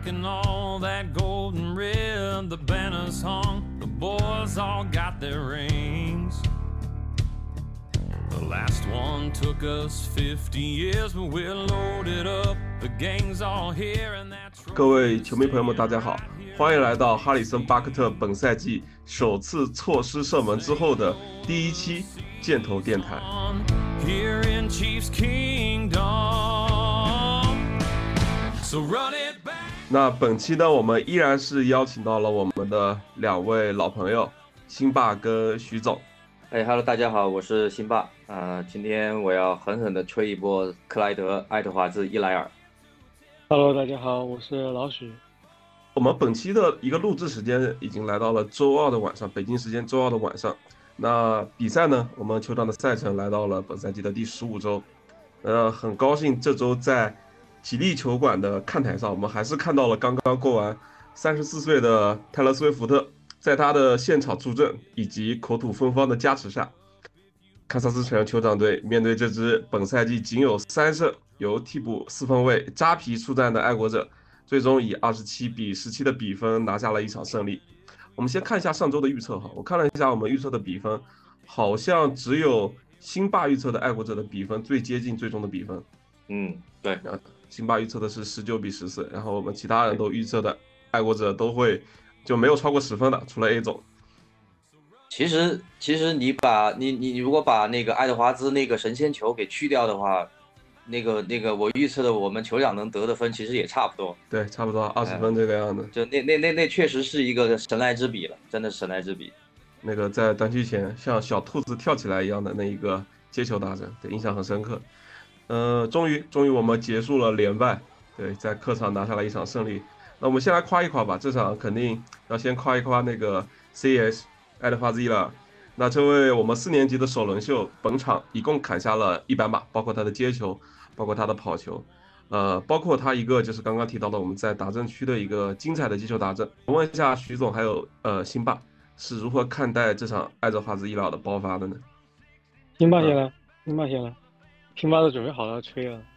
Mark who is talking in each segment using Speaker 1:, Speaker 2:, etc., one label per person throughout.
Speaker 1: and all that golden red, the banners hung, the boys all got their rings. The last one took us 50 years, but we're loaded up. The gang's all here and that's right.
Speaker 2: 各位球迷朋友们，大家好，欢迎来到哈里森·巴克特本赛季首次错失射门之后的第一期箭头电台。
Speaker 1: Here in Chiefs Kingdom, so run it back.
Speaker 2: 那本期呢，我们依然是邀请到了我们的两位老朋友，辛爸跟徐总。
Speaker 3: Hello， 大家好，我是辛爸。今天我要狠狠地吹一波克莱德·爱德华兹·伊莱尔。
Speaker 4: Hello， 大家好，我是老许。
Speaker 2: 我们本期的一个录制时间已经来到了周二的晚上，北京时间周二的晚上。那比赛呢，我们球队的赛程来到了本赛季的第15周。很高兴这周在吉利球馆的看台上，我们还是看到了刚刚过完34岁的泰勒·斯威夫特，在他的现场助阵以及口吐芬芳的加持下，堪萨斯城酋长队面对这支本赛季仅有3胜、由替补四分卫扎皮出战的爱国者，最终以27-17的比分拿下了一场胜利。我们先看一下上周的预测哈，我看了一下我们预测的比分，好像只有辛爸预测的爱国者的比分最接近最终的比分。
Speaker 3: 对，
Speaker 2: 辛爸预测的是19-14，然后我们其他人都预测的爱国者都会就没有超过10分的，除了 A 总。
Speaker 3: 其实你如果把那个爱德华兹那个神仙球给去掉的话，那个我预测的我们酋长能得的分其实也差不多。
Speaker 2: 对，差不多20分这个样子。
Speaker 3: 就那确实是一个神来之笔了，真的神来之笔。
Speaker 2: 那个在单区前像小兔子跳起来一样的那一个接球大战，对，印象很深刻。终于我们结束了连败，对，在客场拿下了一场胜利。那我们先来夸一夸吧，这场肯定要先夸一夸那个 CS 爱德华兹伊莱尔。那这位我们4年级的首轮秀，本场一共砍下了100码，包括他的接球，包括他的跑球，包括他一个就是刚刚提到的我们在达阵区的一个精彩的击球达阵。我问一下徐总还有辛爸是如何看待这场爱德华兹伊莱尔的爆发的呢？
Speaker 4: 辛爸先来，辛爸都准备好了吹了。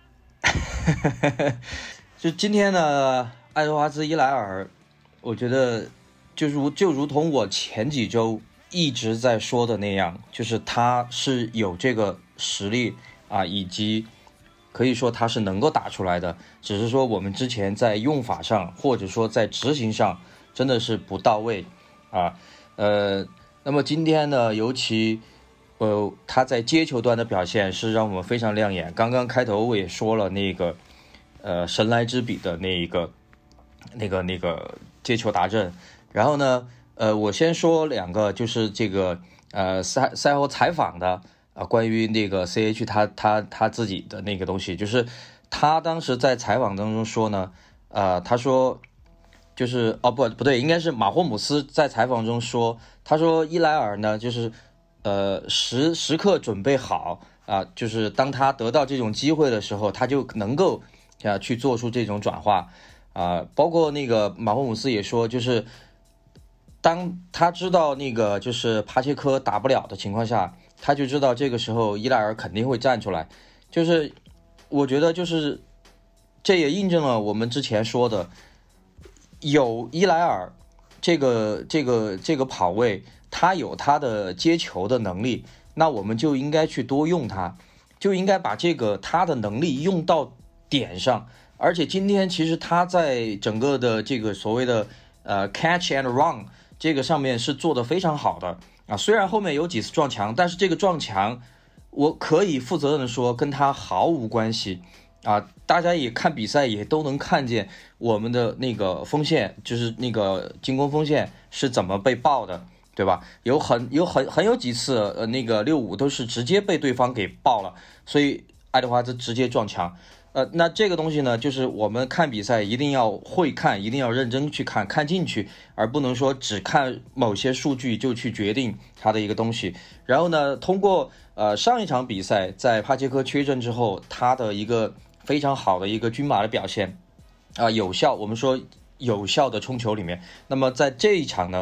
Speaker 3: 就今天呢，爱德华兹伊莱尔，我觉得就如同我前几周一直在说的那样，就是他是有这个实力啊，以及可以说他是能够打出来的，只是说我们之前在用法上或者说在执行上真的是不到位啊。那么今天呢，尤其他在接球端的表现是让我们非常亮眼。刚刚开头我也说了那个神来之笔的那个接球达阵，然后呢我先说2个，就是这个赛后采访的关于那个 CH 他自己的那个东西，就是他当时在采访当中说呢，他说就是不对，应该是马霍姆斯在采访中说，他说伊莱尔呢就是时刻准备好就是当他得到这种机会的时候，他就能够去做出这种转化包括那个马霍姆斯也说，就是当他知道那个就是帕切科打不了的情况下，他就知道这个时候伊莱尔肯定会站出来。就是我觉得就是这也印证了我们之前说的，有伊莱尔这个跑位，他有他的接球的能力，那我们就应该去多用他，就应该把他的能力用到点上。而且今天其实他在整个的这个所谓的catch and run 这个上面是做得非常好的虽然后面有几次撞墙，但是这个撞墙我可以负责任的说跟他毫无关系大家也看比赛也都能看见我们的那个锋线，就是那个进攻锋线是怎么被爆的，对吧？有几次那个65都是直接被对方给爆了，所以爱德华兹直接撞墙。那这个东西呢，就是我们看比赛一定要会看，一定要认真去看进去，而不能说只看某些数据就去决定它的一个东西。然后呢，通过上一场比赛在帕切科缺阵之后，他的一个非常好的一个均马的表现有效，我们说有效的冲球里面。那么在这一场呢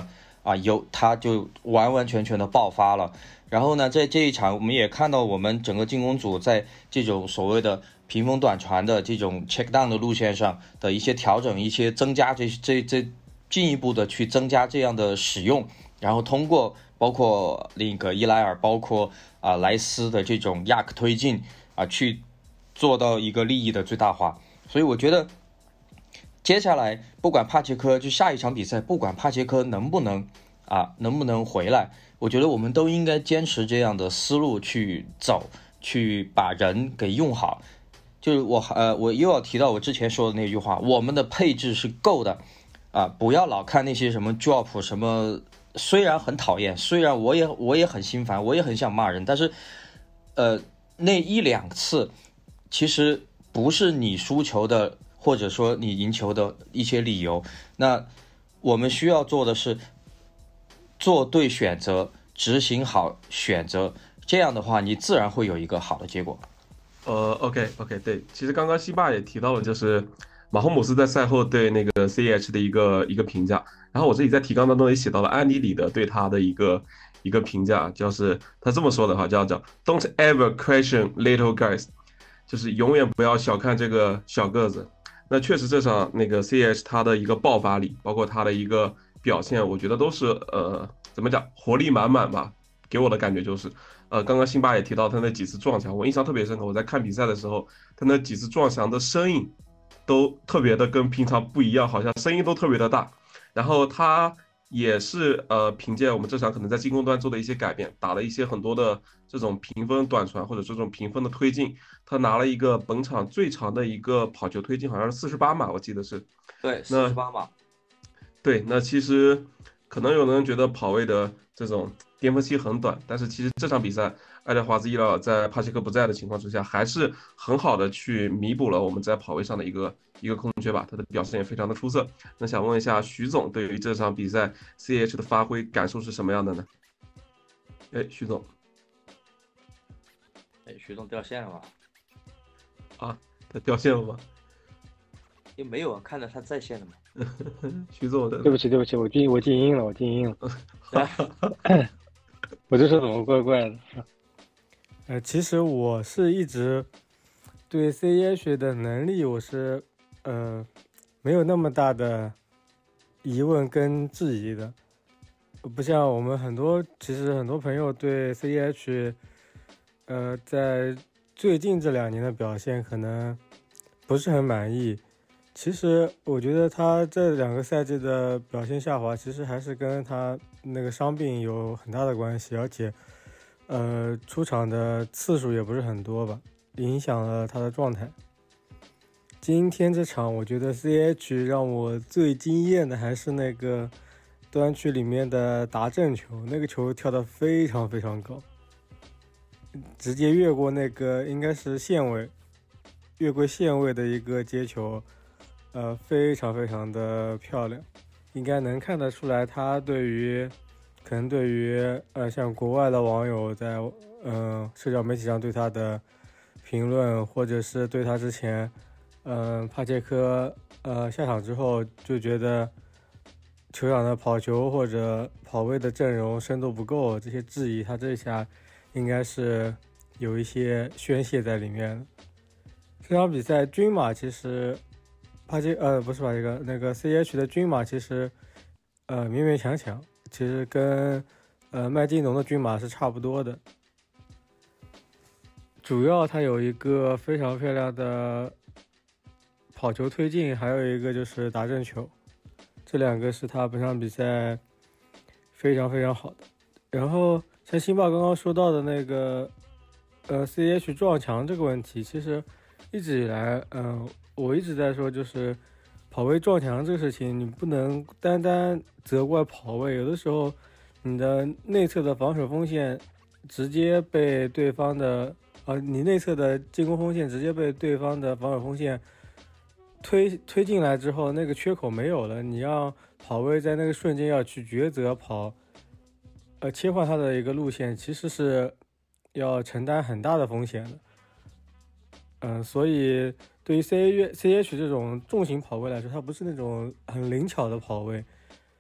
Speaker 3: 他就完完全全的爆发了。然后呢，在这一场我们也看到我们整个进攻组在这种所谓的屏风短传的这种 check down 的路线上的一些调整，一些增加，这进一步的去增加这样的使用，然后通过包括那个伊莱尔，包括莱斯的这种亚克推进去做到一个利益的最大化。所以我觉得接下来不管帕切科就下一场比赛，不管帕切科能不能回来，我觉得我们都应该坚持这样的思路去走，去把人给用好。就是我又要提到我之前说的那句话，我们的配置是够的不要老看那些什么 drop 什么，虽然很讨厌，虽然我也很心烦，我也很想骂人，但是那一两次其实不是你输球的或者说你赢球的一些理由。那我们需要做的是做对选择，执行好选择，这样的话你自然会有一个好的结果。
Speaker 2: OK， 对，其实刚刚西爸也提到了，就是马霍姆斯在赛后对那个 CEH 的一个评价，然后我自己在提纲当中也写到了安迪里的对他的一个评价，就是他这么说的话，叫 Don't ever question little guys， 就是永远不要小看这个小个子。那确实这场那个 CEH 他的一个爆发力，包括他的一个表现，我觉得都是怎么讲，活力满满吧，给我的感觉就是。刚刚辛巴也提到他那几次撞墙，我印象特别深刻。我在看比赛的时候，他那几次撞墙的声音都特别的跟平常不一样，好像声音都特别的大。然后他也是凭借我们这场可能在进攻端做的一些改变，打了一些很多的这种平分短传或者这种平分的推进，他拿了一个本场最长的一个跑球推进，好像是48码，我记得是。
Speaker 3: 对，48码。
Speaker 2: 对，那其实可能有人觉得跑位的这种巅峰期很短，但是其实这场比赛，爱德华兹伊莱尔在帕切科不在的情况之下，还是很好的去弥补了我们在跑位上的一个空缺吧。他的表现也非常的出色。那想问一下徐总，对于这场比赛 CH 的发挥感受是什么样的呢？徐总，
Speaker 3: 徐总掉线了吗？
Speaker 2: 他掉线了吗？
Speaker 3: 也没有看着他在线了吗？
Speaker 2: 徐总的，
Speaker 4: 对不起，我静音了，我这说怎么怪怪的？
Speaker 5: 其实我是一直对 CEH 的能力我是没有那么大的疑问跟质疑的，不像我们其实很多朋友对 CEH 在最近这2年的表现可能不是很满意。其实我觉得他这2个赛季的表现下滑，其实还是跟他那个伤病有很大的关系，而且出场的次数也不是很多吧，影响了他的状态。今天这场我觉得 CH 让我最惊艳的还是那个端区里面的达阵球，那个球跳得非常非常高，直接越过那个应该是线位，越过线位的一个接球，非常非常的漂亮。应该能看得出来，他可能对于像国外的网友在社交媒体上对他的评论，或者是对他之前帕切科下场之后就觉得球场的跑球或者跑位的阵容深度不够，这些质疑，他这下应该是有一些宣泄在里面。这场比赛均马其实不是帕切科，那个 CH 的均马其实勉勉强强，其实跟麦金农的均马是差不多的。主要它有一个非常漂亮的跑球推进，还有一个就是达阵球，这2个是他本场比赛非常非常好的。然后像辛巴刚刚说到的那个CH 撞墙这个问题，其实一直以来我一直在说，就是跑位撞墙这个事情，你不能单单责怪跑位，有的时候你的内侧的防守锋线直接被对方的你内侧的进攻锋线直接被对方的防守锋线推进来之后，那个缺口没有了，你让跑位在那个瞬间要去抉择切换他的一个路线，其实是要承担很大的风险的。所以对于 CH 这种重型跑位来说，它不是那种很灵巧的跑位，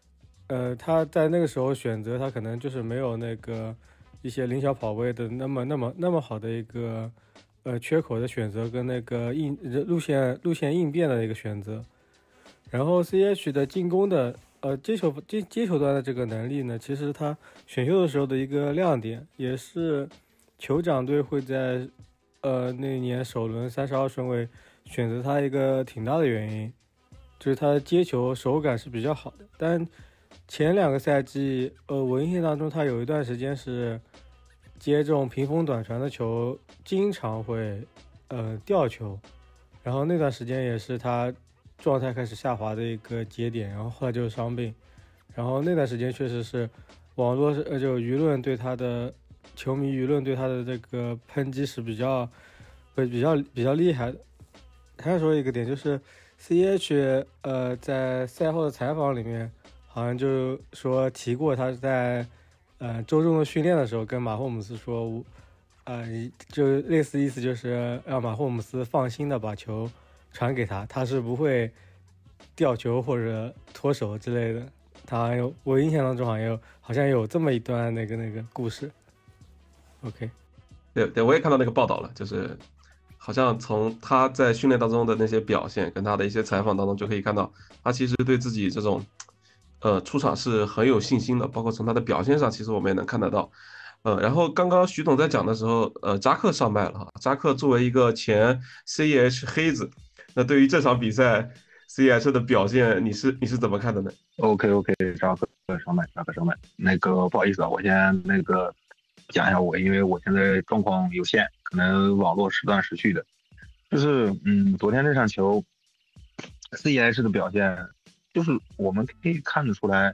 Speaker 5: 他在那个时候选择他可能就是没有那个一些灵巧跑位的那么好的一个缺口的选择跟那个路线应变的一个选择。然后 CH 的进攻的接球端的这个能力呢，其实他选秀的时候的一个亮点，也是酋长队会在那年首轮32顺位选择他一个挺大的原因，就是他的接球手感是比较好的。但前2个赛季我印象当中他有一段时间是接这种屏风短传的球经常会掉球，然后那段时间也是他状态开始下滑的一个节点，然后后来就是伤病，然后那段时间确实是网络就舆论对他的球迷舆论对他的这个抨击是比较厉害的。还有说一个点就是 CH 在赛后的采访里面好像就说提过他在周中的训练的时候跟马霍姆斯说就类似意思就是让马霍姆斯放心的把球传给他，他是不会掉球或者脱手之类的。他我印象当中好像有这么一段那个故事。OK，
Speaker 2: 对，我也看到那个报道了，就是好像从他在训练当中的那些表现，跟他的一些采访当中就可以看到，他其实对自己这种出场是很有信心的，包括从他的表现上，其实我们也能看得到。然后刚刚徐总在讲的时候，扎克上麦了哈。扎克作为一个前 CEH 黑子，那对于这场比赛 CEH 的表现，你是怎么看的呢
Speaker 6: ？OK， 扎克上麦。那个不好意思啊，我先那个讲一下因为我现在状况有限，可能网络时断时续的。就是昨天这场球 CEH 的表现，就是我们可以看得出来，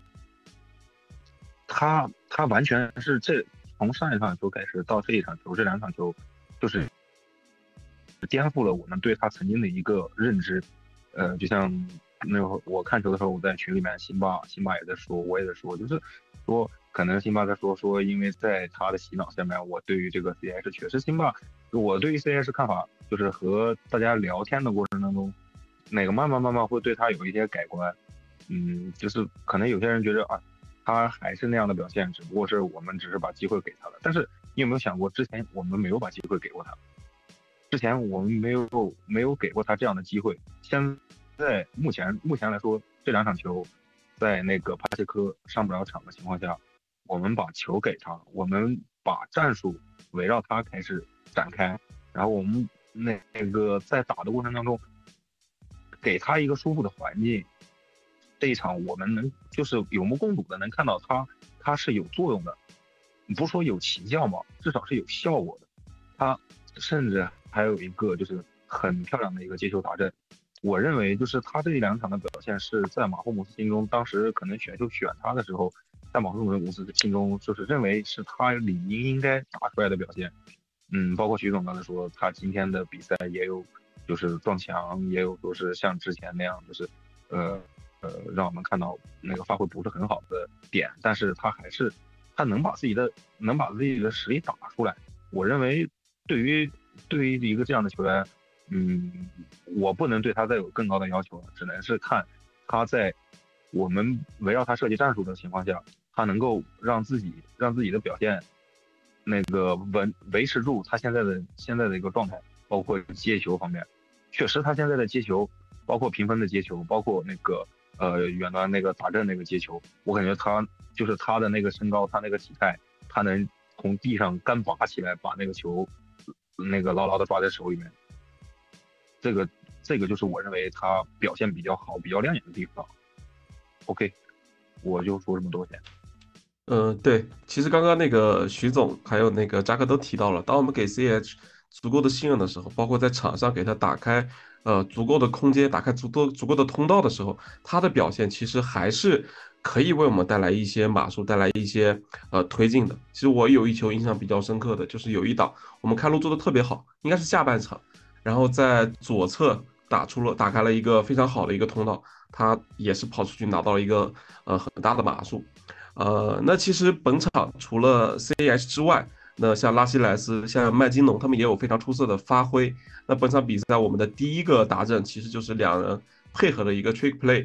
Speaker 6: 他完全是从上一场球开始到这一场球，这2场球就是颠覆了我们对他曾经的一个认知。就像那会儿我看球的时候，我在群里面，辛巴也在说，我也在说，就是说可能辛巴在说，因为在他的洗脑下面，我对于这个 CH 确实辛巴，我对于 CH 看法就是和大家聊天的过程当中，那个慢慢会对他有一些改观。就是可能有些人觉得他还是那样的表现，只不过是我们只是把机会给他了。但是你有没有想过，之前我们没有把机会给过他？之前我们没有给过他这样的机会。现在目前来说，这2场球，在那个帕切科上不了场的情况下，我们把球给他，我们把战术围绕他开始展开，然后我们那个在打的过程当中，给他一个舒服的环境。这一场我们就是有目共睹的能看到他是有作用的，不是说有奇效嘛，至少是有效果的。他甚至还有一个就是很漂亮的一个接球达阵。我认为就是他这2场的表现是在马霍姆斯心中，当时可能选他的时候，在马霍姆斯心中就是认为是他理应该打出来的表现。包括徐总刚才说，他今天的比赛也有就是撞墙，也有说是像之前那样就是让我们看到那个发挥不是很好的点，但是他能把自己的实力打出来。我认为对于一个这样的球员，我不能对他再有更高的要求了，只能是看他在我们围绕他设计战术的情况下，他能够让自己的表现那个维持住他现在的一个状态，包括接球方面，确实他现在的接球，包括平分的接球，包括那个远端那个打阵那个接球，我感觉他就是他的那个身高，他那个体态，他能从地上干拔起来，把那个球那个牢牢的抓在手里面。这个就是我认为他表现比较好、比较亮眼的地方。OK， 我就说这么多先。
Speaker 2: 对，其实刚刚那个徐总还有那个扎克都提到了，当我们给 CH 足够的信任的时候，包括在场上给他打开足够的空间，打开足够的通道的时候，他的表现其实还是可以为我们带来一些码数，带来一些推进的。其实我有一球印象比较深刻的就是有一档我们开路做的特别好，应该是下半场，然后在左侧打开了一个非常好的一个通道，他也是跑出去拿到了一个很大的码数。那其实本场除了 CH 之外，那像拉希莱斯、像麦金农，他们也有非常出色的发挥。那本场比赛我们的第一个达阵其实就是2人配合的一个 trick play。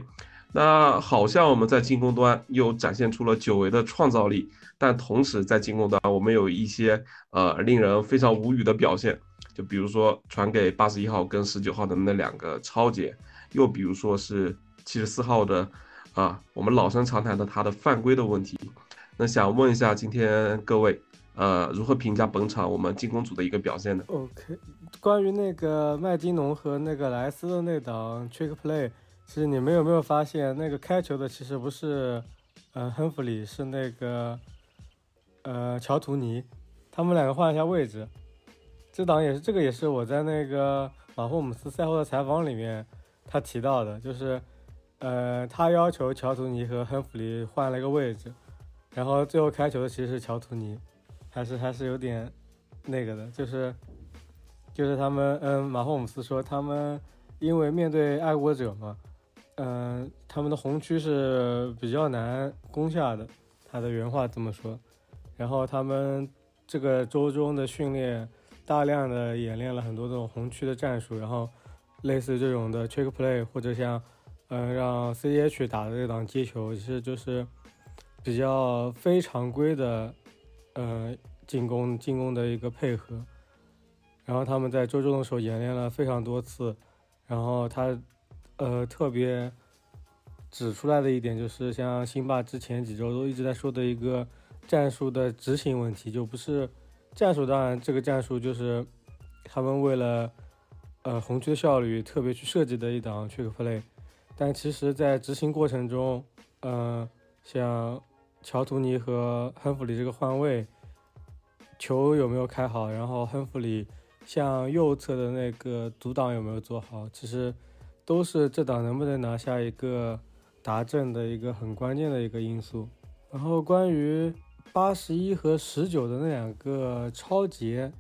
Speaker 2: 那好像我们在进攻端又展现出了久违的创造力，但同时在进攻端我们有一些令人非常无语的表现，就比如说传给81号跟19号的那两个超节，又比如说是74号的我们老生常谈的他的犯规的问题。那想问一下今天各位如何评价本场我们进攻组的一个表现呢
Speaker 5: OK， 关于那个麦金农和那个莱斯的那档 trick play， 其实你们有没有发现，那个开球的其实不是亨弗里，是那个乔图尼，他们两个换了一下位置。这个也是我在那个马霍姆斯赛后的采访里面他提到的，就是他要求乔图尼和亨弗里换了一个位置，然后最后开球的其实是乔图尼，还是有点那个的，就是他们马霍姆斯说他们因为面对爱国者嘛，他们的红区是比较难攻下的，他的原话这么说。然后他们这个周中的训练大量的演练了很多这种红区的战术，然后类似这种的 trick play 或者像让 CH 打的这档接球，其实就是比较非常规的进攻的一个配合。然后他们在周中的时候演练了非常多次，然后他特别指出来的一点就是像辛巴之前几周都一直在说的一个战术的执行问题，就不是战术，当然这个战术就是他们为了红区的效率特别去设计的一档 trick play， 但其实在执行过程中像乔图尼和亨弗里这个换位球有没有开好，然后亨弗里像右侧的那个阻挡有没有做好，其实都是这档能不能拿下一个达阵的一个很关键的一个因素。然后关于81和19的那两个超节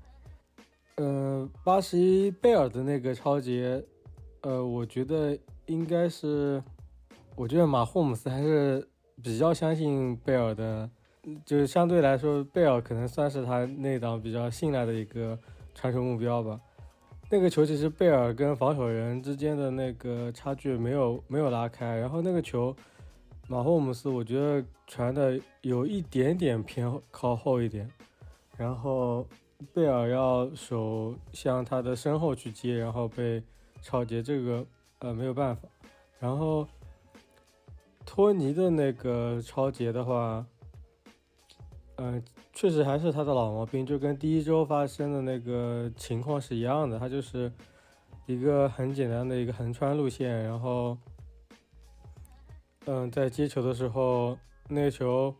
Speaker 5: 81贝尔的那个超节我觉得应该是，我觉得马霍姆斯还是比较相信贝尔的，就是相对来说贝尔可能算是他那档比较信赖的一个传球目标吧。那个球其实贝尔跟防守人之间的那个差距没有拉开，然后那个球马霍姆斯我觉得传的有一点点偏靠后一点，然后贝尔要手向他的身后去接，然后被超节，这个没有办法。然后托尼的那个超节的话确实还是他的老毛病，就跟第一周发生的那个情况是一样的，他就是一个很简单的一个横穿路线，然后在接球的时候那个球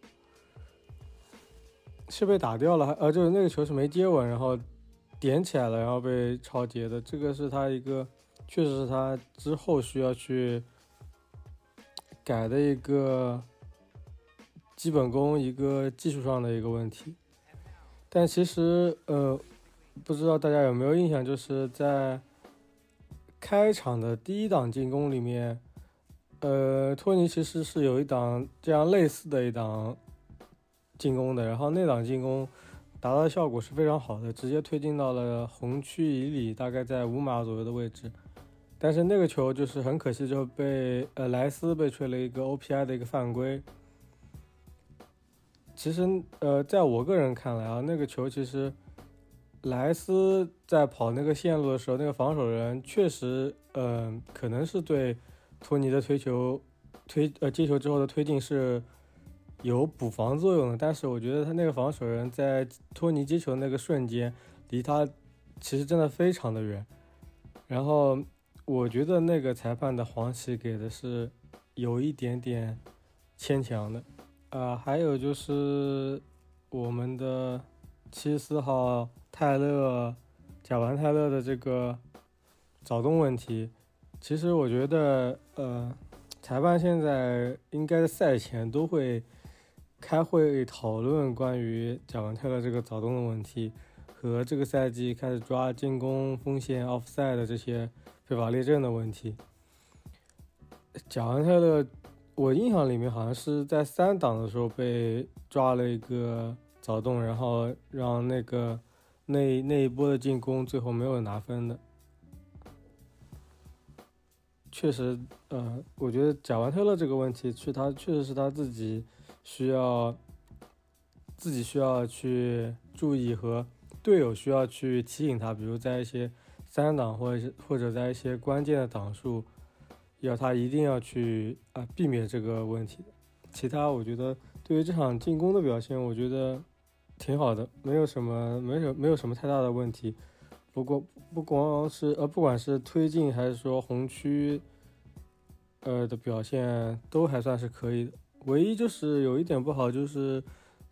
Speaker 5: 是被打掉了，就是那个球是没接稳，然后点起来了，然后被超节的，这个是他一个确实是他之后需要去改的一个基本功，一个技术上的一个问题。但其实不知道大家有没有印象，就是在开场的第一档进攻里面托尼其实是有一档这样类似的一档进攻的，然后那档进攻达到的效果是非常好的，直接推进到了红区以里，大概在5码左右的位置。但是那个球就是很可惜，就被莱斯被吹了一个 OPI 的一个犯规。其实在我个人看来啊，那个球其实莱斯在跑那个线路的时候，那个防守人确实可能是对托尼的接球之后的推进是有补防作用的，但是我觉得他那个防守人在托尼接球的那个瞬间离他其实真的非常的远，然后我觉得那个裁判的黄旗给的是有一点点牵强的。还有就是我们的74号泰勒贾完泰勒的这个早动问题，其实我觉得裁判现在应该在赛前都会开会讨论关于贾完泰勒这个早动的问题和这个赛季开始抓进攻锋线 offside 的这些非法列阵的问题。贾完泰勒我印象里面好像是在3档的时候被抓了一个早动，然后让那一波的进攻最后没有拿分的。 确实，我觉得贾万特勒这个问题，确实是他自己需要去注意，和队友需要去提醒他，比如在一些3档或者在一些关键的档数，他一定要去避免这个问题。其他我觉得对于这场进攻的表现，我觉得挺好的，没有什么太大的问题。不管是推进还是说红区的表现都还算是可以的，唯一就是有一点不好，就是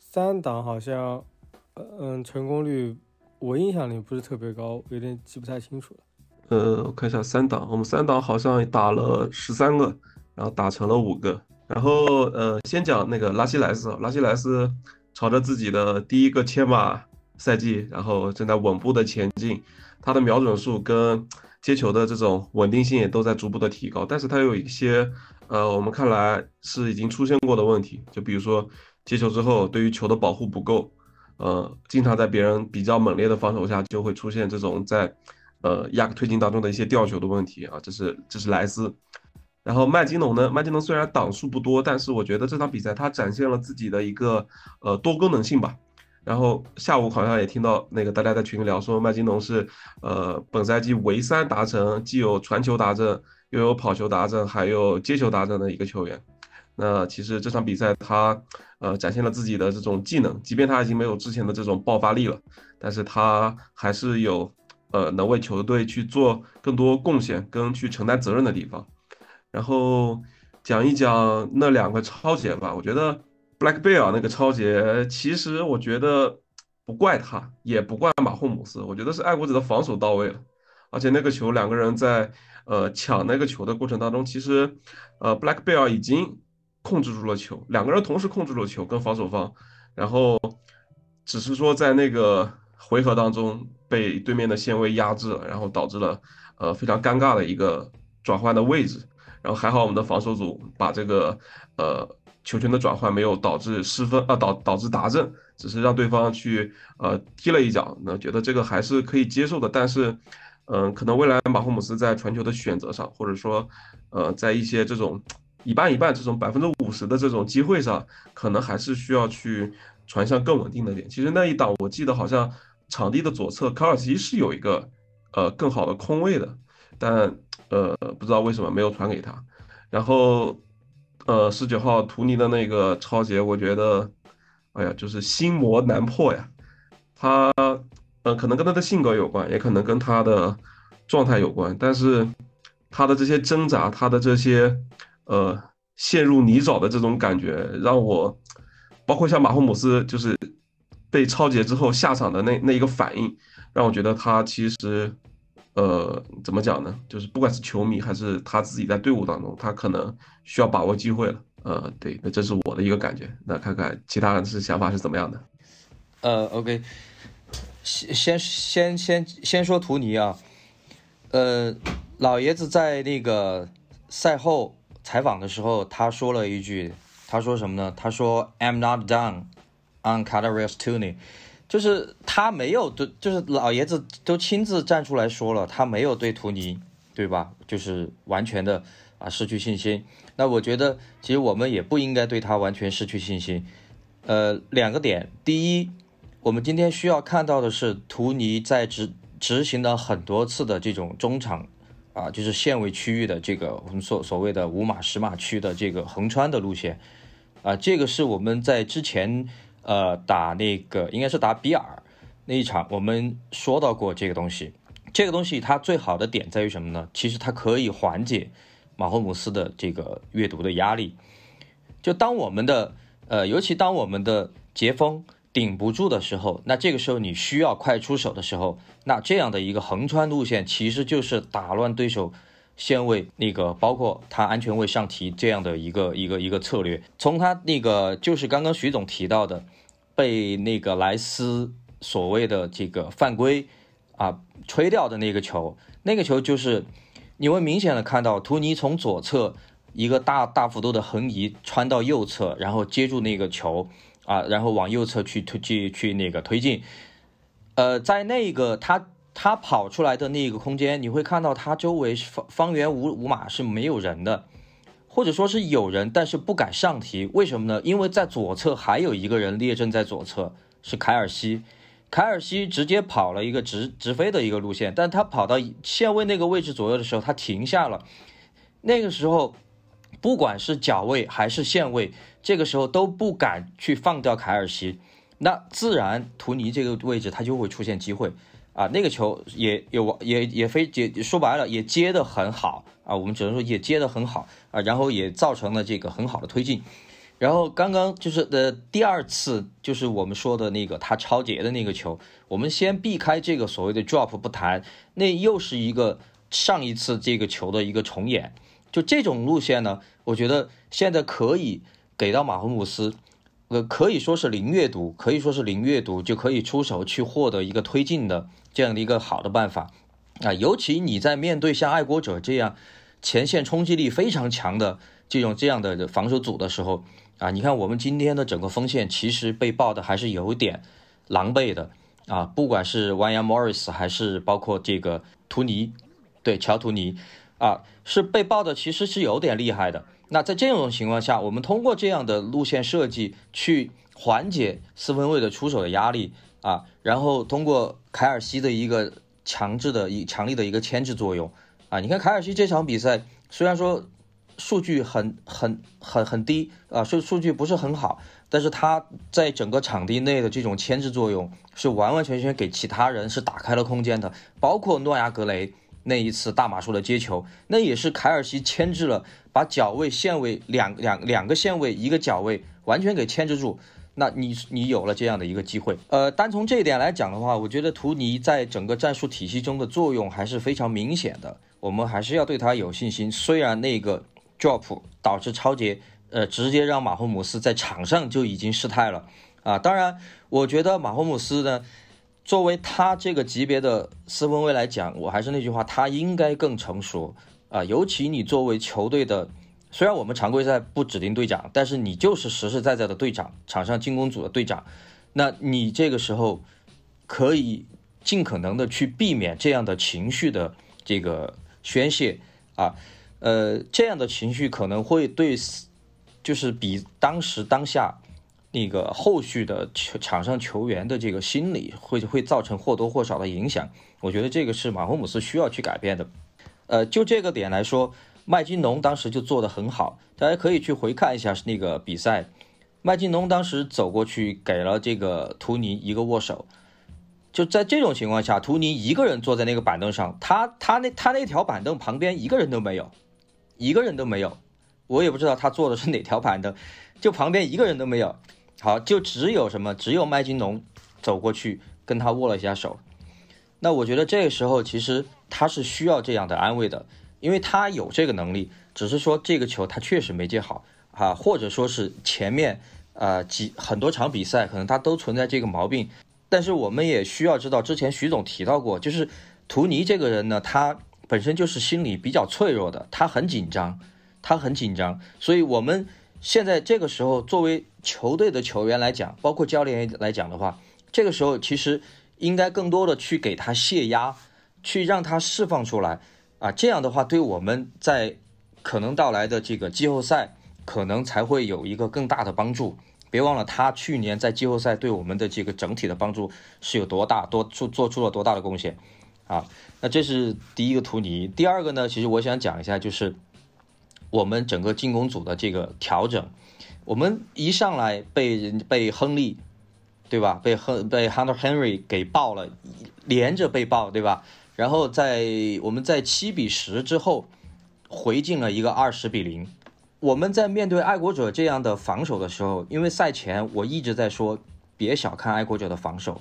Speaker 5: 3档好像成功率我印象里不是特别高，有点记不太清楚了。
Speaker 2: 我看一下3档，我们3档好像打了13个，然后打成了5个。然后先讲那个拉希莱斯朝着自己的第一个千马赛季，然后正在稳步的前进，他的瞄准数跟接球的这种稳定性也都在逐步的提高，但是他有一些我们看来是已经出现过的问题，就比如说接球之后对于球的保护不够，经常在别人比较猛烈的防守下就会出现这种在亚克推进当中的一些吊球的问题啊，这是莱斯。然后麦金农呢，麦金农虽然档数不多，但是我觉得这场比赛他展现了自己的一个多功能性吧。然后下午好像也听到那个大家在群里聊说，麦金农是本赛季唯3达成，既有传球达阵，又有跑球达阵，还有接球达阵的一个球员。那其实这场比赛他展现了自己的这种技能，即便他已经没有之前的这种爆发力了，但是他还是有能为球队去做更多贡献跟去承担责任的地方。然后讲一讲那2个超节吧，我觉得 Black Bear 那个超节，其实我觉得不怪他，也不怪马霍姆斯，我觉得是爱国者的防守到位了，而且那个球2个人在抢那个球的过程当中，其实Black Bear 已经控制住了球，2个人同时控制了球跟防守方，然后只是说在那个回合当中被对面的线位压制了，然后导致了非常尴尬的一个转换的位置。然后还好我们的防守组把这个球权的转换没有导致失分导致达阵，只是让对方去踢了一脚，那觉得这个还是可以接受的。但是可能未来马霍姆斯在传球的选择上，或者说在一些这种一半一半这种50%的这种机会上，可能还是需要去传向更稳定的点。其实那一档我记得好像场地的左侧卡尔奇是有一个更好的空位的，但不知道为什么没有传给他。然后19号图尼的那个超节，我觉得哎呀就是心魔难破呀。他可能跟他的性格有关，也可能跟他的状态有关，但是他的这些挣扎，他的这些陷入泥沼的这种感觉，让我包括像马霍姆斯就是被超节之后下场的那一个反应，让我觉得他其实怎么讲呢？就是不管是球迷还是他自己在队伍当中，他可能需要把握机会了。对，那这是我的一个感觉。那看看其他人的想法是怎么样的。
Speaker 3: OK， 先说图尼啊。老爷子在那个赛后采访的时候，他说了一句，他说什么呢？他说 "I'm not done on Kadarius Toney"。就是他没有对，就是老爷子都亲自站出来说了，他没有对图尼，对吧？就是完全的失去信心。那我觉得其实我们也不应该对他完全失去信心。2个点，第一，我们今天需要看到的是图尼在执行了很多次的这种中场就是线位区域的这个我们所谓的5码10码区的这个横穿的路线这个是我们在之前打那个应该是打比尔那一场我们说到过这个东西。这个东西它最好的点在于什么呢？其实它可以缓解马霍姆斯的这个阅读的压力。就当我们的尤其当我们的截锋顶不住的时候，那这个时候你需要快出手的时候，那这样的一个横穿路线其实就是打乱对手线位，那个包括他安全位上提这样的一个策略。从他那个就是刚刚徐总提到的被那个莱斯所谓的这个犯规吹掉的那个球，那个球就是你会明显的看到图尼从左侧一个大幅度的横移穿到右侧，然后接住那个球然后往右侧去那个推进。在那个他他跑出来的那个空间，你会看到他周围方圆5码是没有人的，或者说是有人，但是不敢上提。为什么呢？因为在左侧还有一个人列阵在左侧，是凯尔西。凯尔西直接跑了一个直飞的一个路线，但他跑到线位那个位置左右的时候，他停下了。那个时候，不管是脚位还是线位，这个时候都不敢去放掉凯尔西，那自然图尼这个位置他就会出现机会。那个球也说白了也接得很好我们只能说也接得很好然后也造成了这个很好的推进。然后刚刚就是第二次就是我们说的那个他超节的那个球，我们先避开这个所谓的 drop 不谈，那又是一个上一次这个球的一个重演。就这种路线呢，我觉得现在可以给到马霍姆斯。可以说是零阅读就可以出手去获得一个推进的这样的一个好的办法尤其你在面对像爱国者这样前线冲击力非常强的这样的防守组的时候你看我们今天的整个锋线其实被爆的还是有点狼狈的不管是万亚莫里斯还是包括这个图尼，对，乔图尼是被爆的其实是有点厉害的。那在这种情况下，我们通过这样的路线设计去缓解四分卫的出手的压力然后通过凯尔西的一个强力的一个牵制作用你看凯尔西这场比赛虽然说数据很低数据不是很好，但是他在整个场地内的这种牵制作用是完完全全给其他人是打开了空间的，包括诺亚格雷那一次大马术的接球，那也是凯尔西牵制了，把脚位线位两个线位一个脚位完全给牵制住，那你有了这样的一个机会。单从这一点来讲的话，我觉得图尼在整个战术体系中的作用还是非常明显的，我们还是要对他有信心。虽然那个 drop 导致超节直接让马霍姆斯在场上就已经失态了当然我觉得马霍姆斯呢，作为他这个级别的四分卫来讲，我还是那句话，他应该更成熟尤其你作为球队的，虽然我们常规赛不指定队长，但是你就是实实在在的队长，场上进攻组的队长，那你这个时候可以尽可能的去避免这样的情绪的这个宣泄这样的情绪可能会对就是比当下那个后续的场上球员的这个心理会造成或多或少的影响，我觉得这个是马霍姆斯需要去改变的。就这个点来说，麦金农当时就做得很好，大家可以去回看一下那个比赛。麦金农当时走过去给了这个图尼一个握手，就在这种情况下，图尼一个人坐在那个板凳上，他那条板凳旁边一个人都没有，我也不知道他坐的是哪条板凳，就旁边一个人都没有。好，就只有麦金农走过去跟他握了一下手。那我觉得这个时候其实他是需要这样的安慰的，因为他有这个能力，只是说这个球他确实没接好或者说是前面很多场比赛可能他都存在这个毛病。但是我们也需要知道，之前徐总提到过，就是图尼这个人呢，他本身就是心理比较脆弱的，他很紧张，所以我们现在这个时候作为球队的球员来讲，包括教练来讲的话，这个时候其实应该更多的去给他泄压，去让他释放出来这样的话对我们在可能到来的这个季后赛可能才会有一个更大的帮助。别忘了他去年在季后赛对我们的这个整体的帮助是有多大，做出了多大的贡献那这是第一个图尼。第二个呢，其实我想讲一下，就是我们整个进攻组的这个调整。我们一上来被亨利，对吧？被 Hunter Henry 给爆了，连着被爆，对吧？然后我们在7-10之后回进了一个20-0。我们在面对爱国者这样的防守的时候，因为赛前我一直在说别小看爱国者的防守，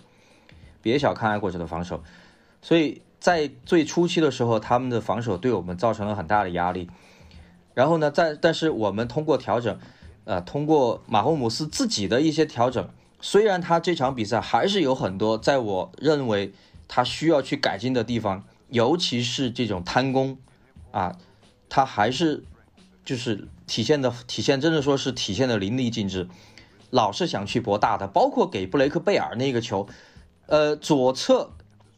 Speaker 3: 所以在最初期的时候，他们的防守对我们造成了很大的压力。然后呢，但是我们通过调整通过马霍姆斯自己的一些调整，虽然他这场比赛还是有很多在我认为他需要去改进的地方，尤其是这种贪功他还是就是体现真的说是体现的淋漓尽致，老是想去博大的，包括给布雷克贝尔那个球左侧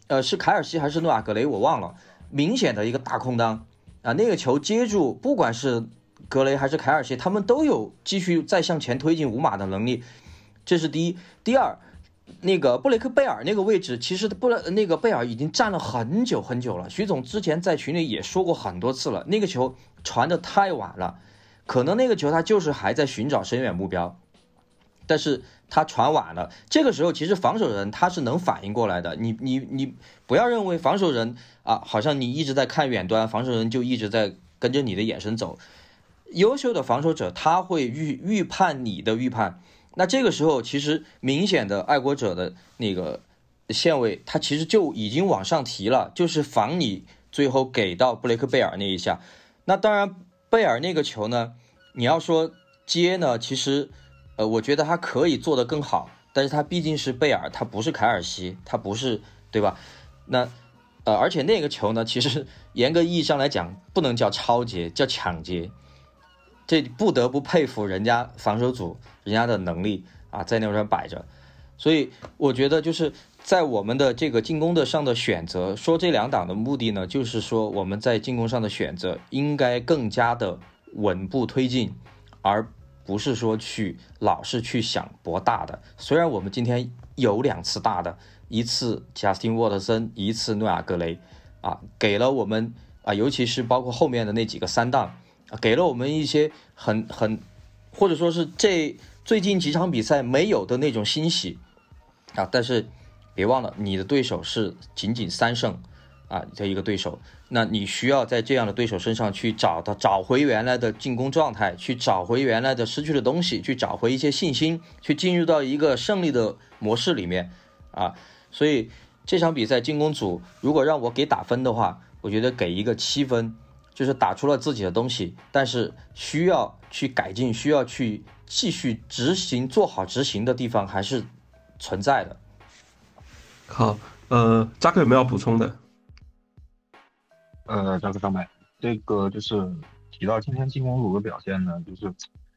Speaker 3: 是凯尔西还是诺亚格雷我忘了，明显的一个大空当啊，那个球接住，不管是格雷还是凯尔西，他们都有继续再向前推进5码的能力，这是第一。第二，那个布雷克贝尔那个位置，其实那个贝尔已经站了很久很久了。徐总之前在群里也说过很多次了，那个球传的太晚了，可能那个球他就是还在寻找深远目标，但是他传晚了。这个时候其实防守人他是能反应过来的，你不要认为防守人啊，好像你一直在看远端，防守人就一直在跟着你的眼神走。优秀的防守者他会预判你的预判。那这个时候其实明显的爱国者的那个线位他其实就已经往上提了，就是防你最后给到布雷克贝尔那一下。那当然贝尔那个球呢，你要说接呢，其实我觉得他可以做得更好，但是他毕竟是贝尔，他不是凯尔西，他不是，对吧？那而且那个球呢，其实严格意义上来讲不能叫超接，叫抢接。这不得不佩服人家防守组人家的能力啊，在那边摆着。所以我觉得就是在我们的这个进攻的上的选择，说这2档的目的呢，就是说我们在进攻上的选择应该更加的稳步推进，而不是说老是去想博大的。虽然我们今天有2次大的，一次贾斯汀沃特森，一次诺亚格雷啊，给了我们啊，尤其是包括后面的那几个3档。给了我们一些或者说是最近几场比赛没有的那种欣喜啊！但是别忘了，你的对手是仅仅3胜啊的一个对手，那你需要在这样的对手身上去找回原来的进攻状态，去找回原来的失去的东西，去找回一些信心，去进入到一个胜利的模式里面啊！所以这场比赛进攻组如果让我给打分的话，我觉得给一个7分。就是打出了自己的东西，但是需要去改进，需要去继续执行，做好执行的地方还是存在的。
Speaker 2: 好，扎克有没有要补充的？
Speaker 6: 扎克上麦，这个就是提到今天进攻组的表现呢，就是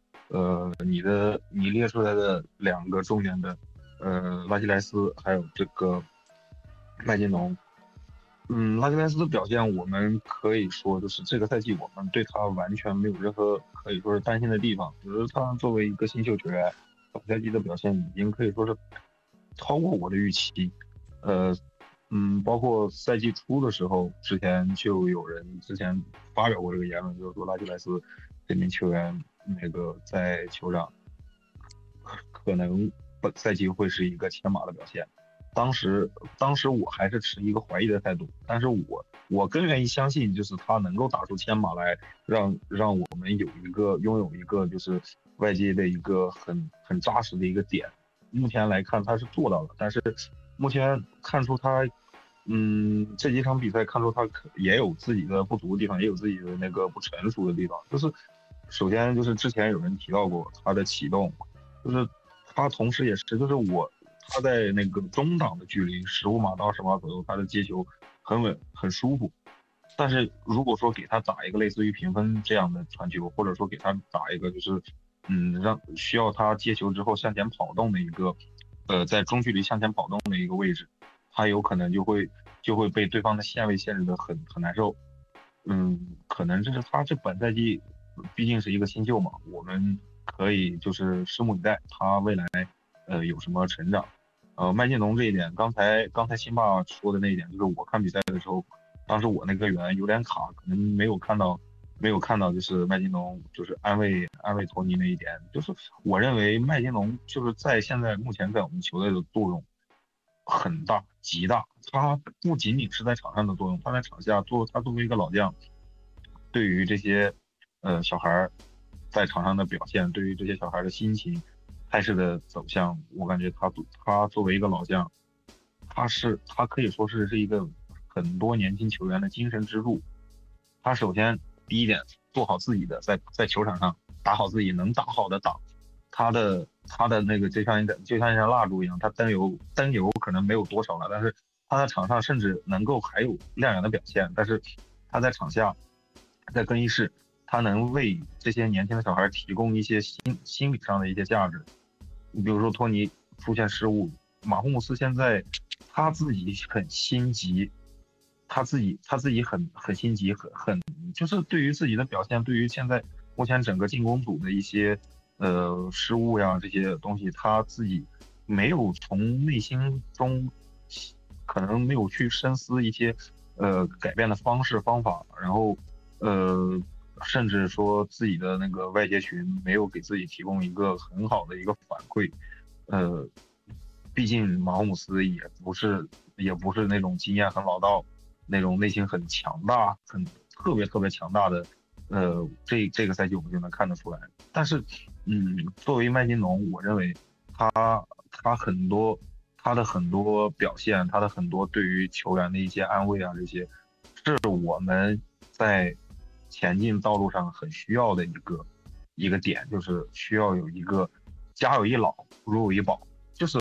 Speaker 6: 你列出来的2个重点的，拉基莱斯还有这个麦金农。拉基莱斯的表现，我们可以说就是这个赛季我们对他完全没有任何可以说是担心的地方。就是他作为一个新秀球员，本赛季的表现已经可以说是超过我的预期。包括赛季初的时候，之前就有人发表过这个言论，就是说拉基莱斯这名球员那个在球场可能本赛季会是一个牵马的表现。当时我还是持一个怀疑的态度，但是我更愿意相信，就是他能够打出牵马来，让我们拥有一个就是外界的一个很扎实的一个点。目前来看他是做到了，但是目前看出他，这几场比赛看出他也有自己的不足的地方，也有自己的那个不成熟的地方。就是首先就是之前有人提到过他的启动，就是他同时也是就是他在那个中档的距离15码到20码左右，他的接球很稳很舒服。但是如果说给他打一个类似于评分这样的传球，或者说给他打一个就是让需要他接球之后向前跑动的一个在中距离向前跑动的一个位置，他有可能就会被对方的线位限制的很难受。可能这是他这本赛季毕竟是一个新秀嘛，我们可以就是拭目以待他未来有什么成长。麦金农这一点，刚才辛爸说的那一点，就是我看比赛的时候，当时我那个圆有点卡，可能没有看到就是麦金农就是安慰托尼那一点。就是我认为麦金农就是现在目前在我们球队的作用很大极大，他不仅仅是在场上的作用，他在场下他作为一个老将，对于这些小孩在场上的表现，对于这些小孩的心情赛事的走向，我感觉他作为一个老将，他可以说是一个很多年轻球员的精神支柱。他首先第一点做好自己的，在球场上打好自己能打好的档，他的那个就像一张蜡烛一样，他灯油可能没有多少了，但是他在场上甚至能够还有亮眼的表现。但是他在场下在更衣室，他能为这些年轻的小孩提供一些心理上的一些价值。你比如说托尼出现失误，马霍姆斯现在他自己很心急，他自己很心急，就是对于自己的表现，对于现在目前整个进攻组的一些失误呀这些东西，他自己没有从内心中可能没有去深思一些改变的方式方法，然后甚至说自己的那个外界群没有给自己提供一个很好的一个反馈，毕竟马霍姆斯也不是那种经验很老道，那种内心很强大、特别强大的，这个赛季我们就能看得出来。但是，作为麦金农，我认为他的很多表现，他的很多对于球员的一些安慰啊，这些是我们在前进道路上很需要的一个点，就是需要有一个家有一老，如有一宝，就是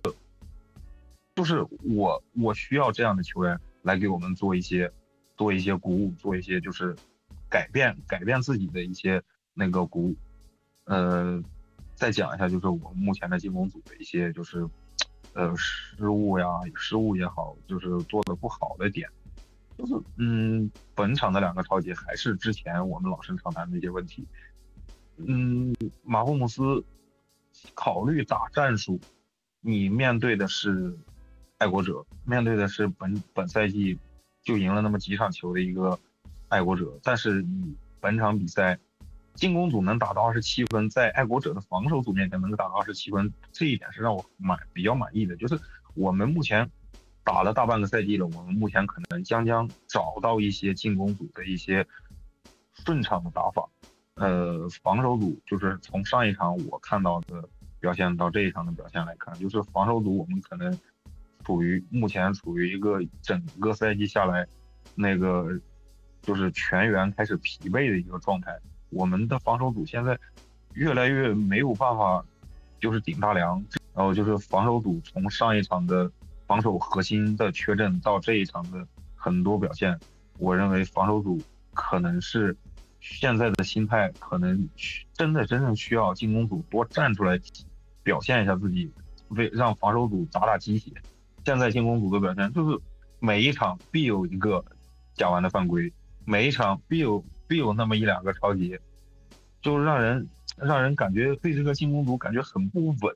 Speaker 6: 我需要这样的球员来给我们做一些鼓舞，做一些就是改变自己的一些那个鼓舞。再讲一下就是我们目前的进攻组的一些就是失误也好，就是做的不好的点，就是本场的2个超级还是之前我们老生常谈的一些问题。马霍姆斯考虑打战术，你面对的是爱国者，面对的是本赛季就赢了那么几场球的一个爱国者，但是你本场比赛进攻组能打到27分，在爱国者的防守组面前能打到27分，这一点是让我比较满意的。就是我们目前打了大半个赛季了，我们目前可能将找到一些进攻组的一些顺畅的打法。防守组就是从上一场我看到的表现到这一场的表现来看，就是防守组我们可能目前处于一个整个赛季下来那个就是全员开始疲惫的一个状态。我们的防守组现在越来越没有办法就是顶大梁，然后就是防守组从上一场的防守核心的缺阵到这一场的很多表现，我认为防守组可能是现在的心态，可能真正需要进攻组多站出来表现一下自己，让防守组打鸡血。现在进攻组的表现就是每一场必有一个假完的犯规，每一场必有那么1-2个超级，就让人感觉对这个进攻组感觉很不稳。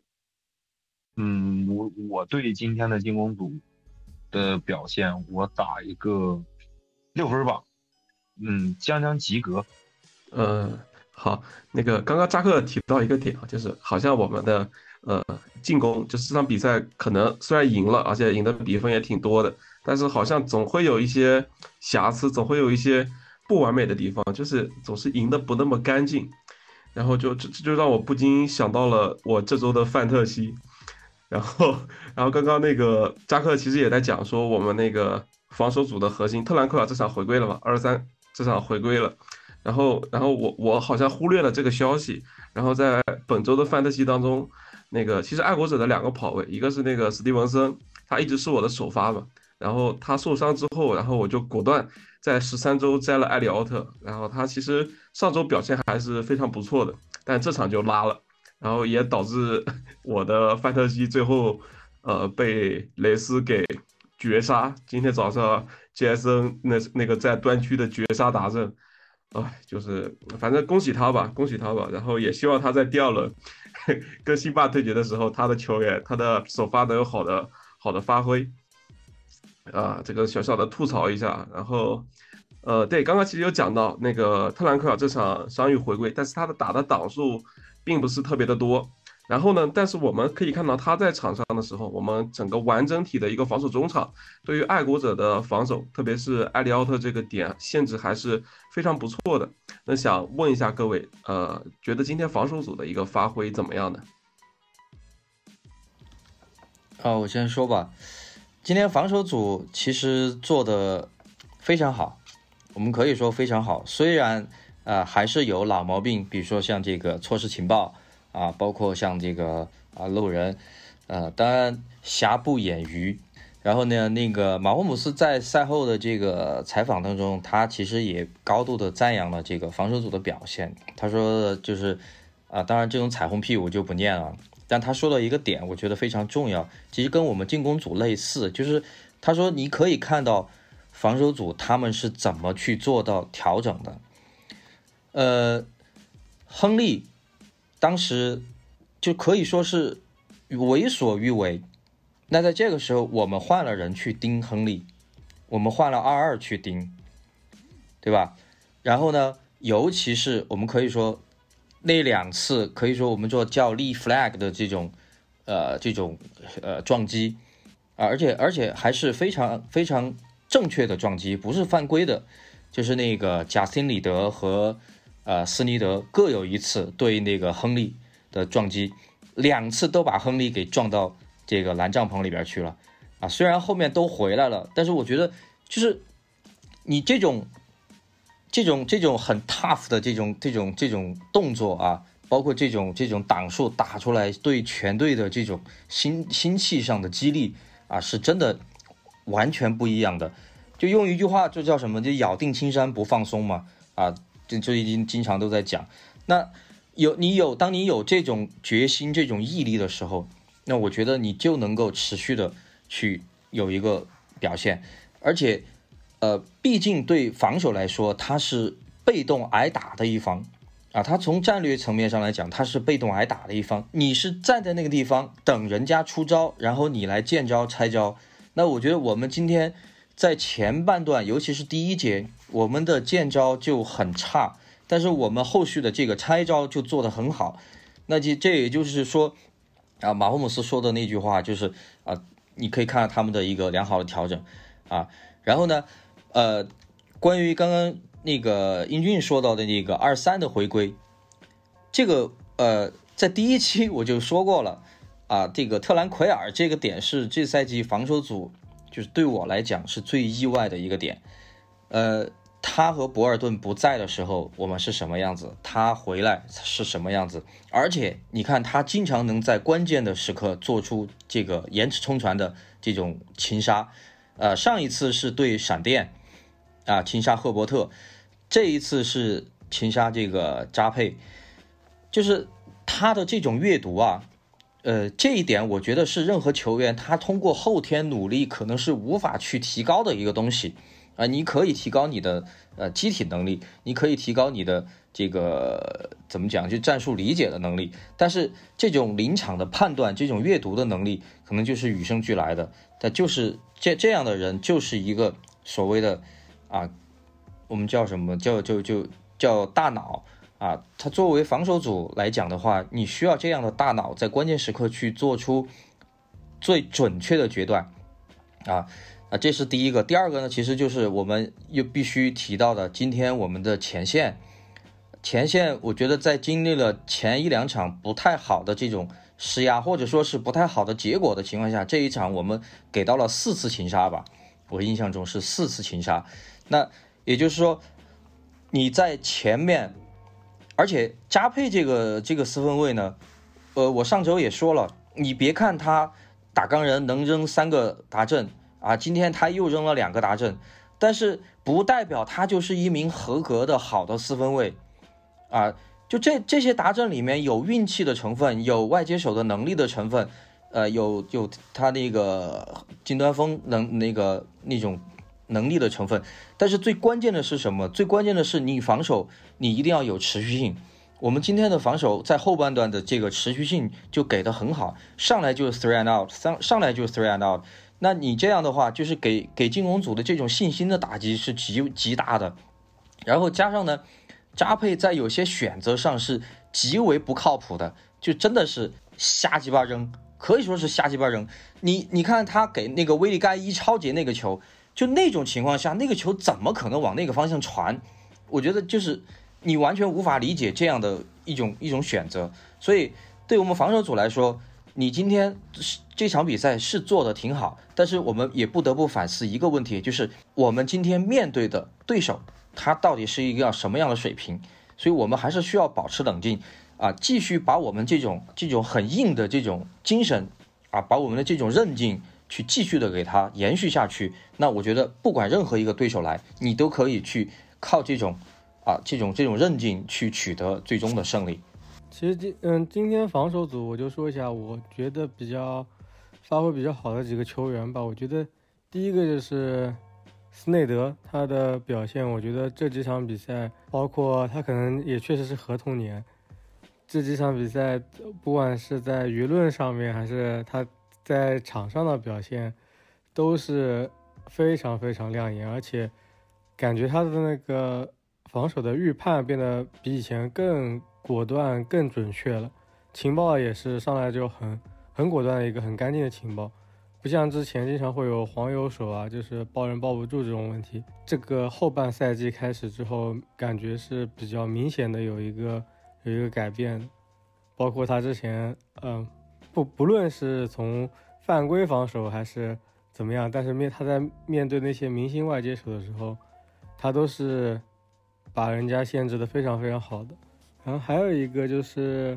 Speaker 6: 我对今天的进攻组的表现，我打一个6分吧，将及格。
Speaker 2: 好，那个刚刚扎克提到一个点啊，就是好像我们的进攻，就是这场比赛可能虽然赢了，而且赢的比分也挺多的，但是好像总会有一些瑕疵，总会有一些不完美的地方，就是总是赢得不那么干净，然后就让我不禁想到了我这周的范特西，然后刚刚那个扎克其实也在讲说我们那个防守组的核心特兰克尔这场回归了嘛，23这场回归了。然后我好像忽略了这个消息，然后在本周的范特西当中，那个其实爱国者的2个跑位，一个是那个史蒂文森，他一直是我的首发嘛，然后他受伤之后，然后我就果断在13周摘了埃里奥特，然后他其实上周表现还是非常不错的，但这场就拉了，然后也导致我的范特西最后被雷斯给绝杀，今天早上 GSN 那个在端区的绝杀达阵。就是反正恭喜他吧，然后也希望他在第2轮跟辛巴对决的时候，他的球员他的首发能有好的发挥这个小小的吐槽一下。然后对，刚刚其实有讲到那个特兰克尔这场伤愈回归，但是他的打的档数并不是特别的多。然后呢，但是我们可以看到他在场上的时候，我们整个完整体的一个防守中场对于爱国者的防守，特别是埃里奥特这个点限制还是非常不错的。那想问一下各位，觉得今天防守组的一个发挥怎么样呢？
Speaker 3: 我先说吧，今天防守组其实做的非常好，我们可以说非常好。虽然还是有老毛病，比如说像这个错失情报。包括像这个漏人，当然瑕不掩瑜。然后呢，那个马霍姆斯在赛后的这个采访当中，他其实也高度的赞扬了这个防守组的表现。他说就是当然这种彩虹屁我就不念了，但他说了一个点，我觉得非常重要，其实跟我们进攻组类似，就是他说你可以看到防守组他们是怎么去做到调整的。亨利当时就可以说是为所欲为。那在这个时候，我们换了人去盯亨利，我们换了22去盯，对吧？然后呢，尤其是我们可以说那2次，可以说我们说叫立 flag 的这种撞击而且还是非常非常正确的撞击，不是犯规的，就是那个贾斯汀里德和斯尼德各有1次对那个亨利的撞击，2次都把亨利给撞到这个蓝帐篷里边去了啊。虽然后面都回来了，但是我觉得就是你这种很 tough 的这种动作啊，包括这种档数打出来，对全队的这种心气上的激励啊，是真的完全不一样的。就用一句话就叫什么，就咬定青山不放松嘛啊，这已经经常都在讲。那当你有这种决心、这种毅力的时候，那我觉得你就能够持续的去有一个表现。而且毕竟对防守来说，他是被动挨打的一方啊，他从战略层面上来讲，他是被动挨打的一方。你是站在那个地方等人家出招，然后你来见招拆招。那我觉得我们今天在前半段，尤其是第1节，我们的见招就很差，但是我们后续的这个拆招就做得很好。那这也就是说啊，马霍姆斯说的那句话就是你可以看到他们的一个良好的调整啊。然后呢关于刚刚那个英俊说到的那个2-3的回归，这个在第1期我就说过了啊，这个特兰奎尔这个点是这赛季防守组就是对我来讲是最意外的一个点。他和博尔顿不在的时候我们是什么样子，他回来是什么样子，而且你看他经常能在关键的时刻做出这个延迟冲传的这种擒杀。上一次是对闪电啊，擒杀赫伯特，这一次是擒杀这个扎佩，就是他的这种阅读啊，这一点我觉得是任何球员他通过后天努力可能是无法去提高的一个东西啊。你可以提高你的机体能力，你可以提高你的这个怎么讲，就战术理解的能力，但是这种临场的判断，这种阅读的能力，可能就是与生俱来的。但就是这样的人，就是一个所谓的我们叫什么叫大脑啊。他作为防守组来讲的话，你需要这样的大脑在关键时刻去做出最准确的决断这是第一个。第二个呢，其实就是我们又必须提到的，今天我们的前线，我觉得在经历了前1-2场不太好的这种施压，或者说是不太好的结果的情况下，这一场我们给到了4次擒杀吧，我印象中是4次擒杀。那也就是说你在前面，而且扎佩这个四分卫呢，我上周也说了，你别看他打钢人能扔3个达阵今天他又扔了2个达阵，但是不代表他就是一名合格的好的四分卫就这些达阵里面有运气的成分，有外接手的能力的成分，有他那个金端锋那种能力的成分，但是最关键的是什么？最关键的是你防守，你一定要有持续性。我们今天的防守在后半段的这个持续性就给得很好，上来就是 3 and out， 上来就是 3 and out。那你这样的话，就是给进攻组的这种信心的打击是极大的。然后加上呢，扎佩在有些选择上是极为不靠谱的，就真的是瞎鸡巴扔，可以说是瞎鸡巴扔。你看他给那个威利盖伊超节那个球，就那种情况下，那个球怎么可能往那个方向传？我觉得就是你完全无法理解这样的一种选择。所以对我们防守组来说，你今天这场比赛是做的挺好，但是我们也不得不反思一个问题，就是我们今天面对的对手他到底是一个什么样的水平。所以我们还是需要保持冷静继续把我们这种很硬的这种精神把我们的这种韧劲去继续的给它延续下去。那我觉得不管任何一个对手来，你都可以去靠这种韧劲去取得最终的胜利。
Speaker 5: 其实今天防守组我就说一下，我觉得发挥比较好的几个球员吧。我觉得第一个就是斯内德，他的表现，我觉得这几场比赛，包括他可能也确实是合同年，这几场比赛，不管是在舆论上面，还是他在场上的表现，都是非常非常亮眼，而且感觉他的那个防守的预判变得比以前更果断、更准确了。情报也是上来就很果断的一个很干净的情报。不像之前经常会有黄油手啊，就是抱人抱不住这种问题。这个后半赛季开始之后，感觉是比较明显的有一个改变，包括他之前，不论是从犯规防守还是怎么样，但是他在面对那些明星外接手的时候，他都是把人家限制的非常非常好的。然后还有一个就是，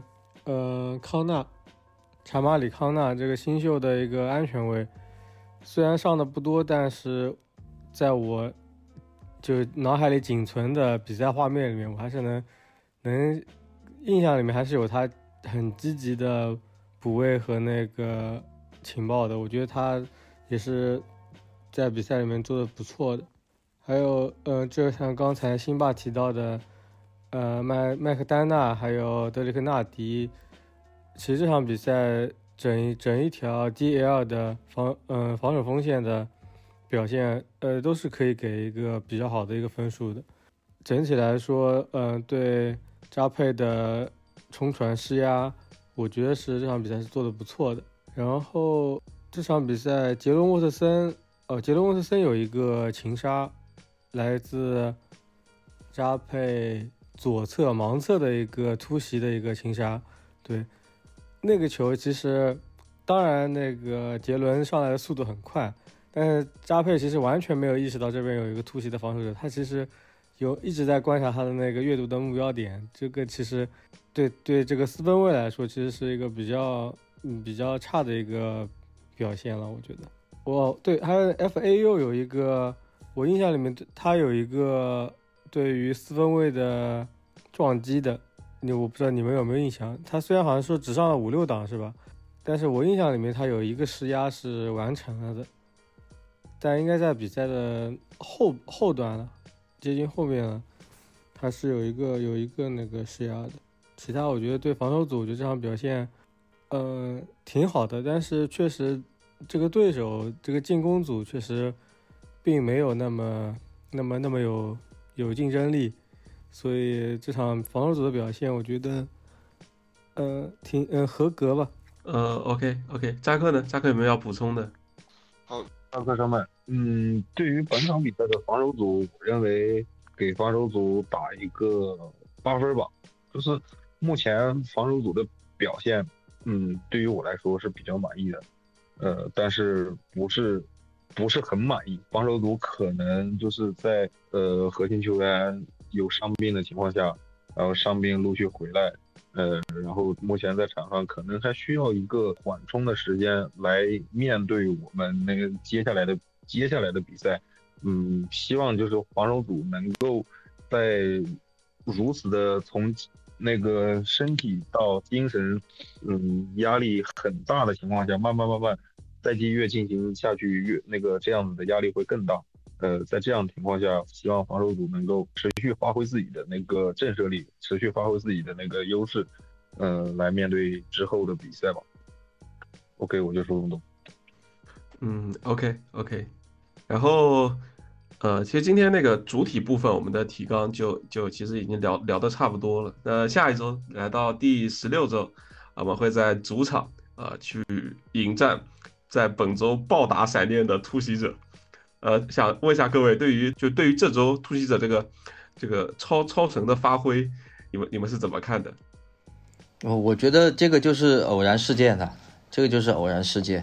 Speaker 5: 康纳。查马里康纳这个新秀的一个安全卫，虽然上的不多，但是在我就脑海里仅存的比赛画面里面，我还是能印象里面还是有他很积极的补位和那个情报的。我觉得他也是在比赛里面做的不错的。还有就像刚才辛爸提到的，麦克丹纳还有德里克纳迪。其实这场比赛整一条 DL 的防守锋线的表现，都是可以给一个比较好的一个分数的。整体来说，对扎佩的冲传施压，我觉得是这场比赛是做的不错的。然后这场比赛，杰伦沃特森有一个擒杀，来自扎佩左侧盲侧的一个突袭的一个擒杀，对。那个球其实，当然那个杰伦上来的速度很快，但是扎佩其实完全没有意识到这边有一个突袭的防守者，他其实一直在观察他的那个阅读的目标点，这个其实对这个四分卫来说，其实是一个比较差的一个表现了，我觉得。对，还有 FAU 有一个，我印象里面他有一个对于四分卫的撞击的。我不知道你们有没有印象，他虽然好像说只上了5-6档是吧，但是我印象里面他有一个施压是完成了的，但应该在比赛的后段了，接近后面了，他是有一个那个施压的。其他我觉得对防守组，我觉得这场表现挺好的，但是确实这个对手这个进攻组确实并没有那么有竞争力。所以这场防守组的表现，我觉得，挺合格吧。
Speaker 2: OK， 扎克呢？扎克有没有要补充的？
Speaker 6: 好，扎克上麦。对于本场比赛的防守组，我认为给防守组打一个8分吧。就是目前防守组的表现，对于我来说是比较满意的。但是不是很满意。防守组可能就是在核心球员有伤病的情况下，然后伤病陆续回来，然后目前在场上可能还需要一个缓冲的时间来面对我们那个接下来的比赛。希望就是防守组能够在如此的从那个身体到精神，压力很大的情况下，慢慢赛季越进行下去，越那个这样子的压力会更大。在这样的情况下，希望防守组能够持续发挥自己的那个震慑力，持续发挥自己的那个优势，来面对之后的比赛吧。OK， 我就说这么多。
Speaker 2: OK。然后，其实今天那个主体部分，我们的提纲就其实已经聊得差不多了。那下一周来到第16周，我们会在主场去迎战在本周暴打闪电的突袭者。想问一下各位，对于这周突袭者这个超神的发挥，你们是怎么看的？
Speaker 3: 我觉得这个就是偶然事件的，这个就是偶然事件。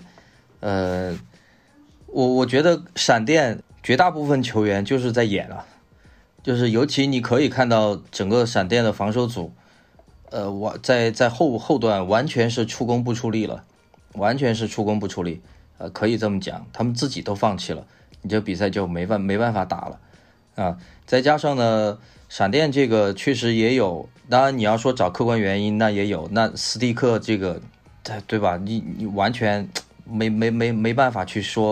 Speaker 3: 我觉得闪电绝大部分球员就是在演了，就是尤其你可以看到整个闪电的防守组，在后段完全是出工不出力了，完全是出工不出力，可以这么讲，他们自己都放弃了。你这比赛就没办法打了啊！再加上呢，闪电这个确实也有，当然你要说找客观原因，那也有。那斯蒂克这个，对吧？你完全没办法去说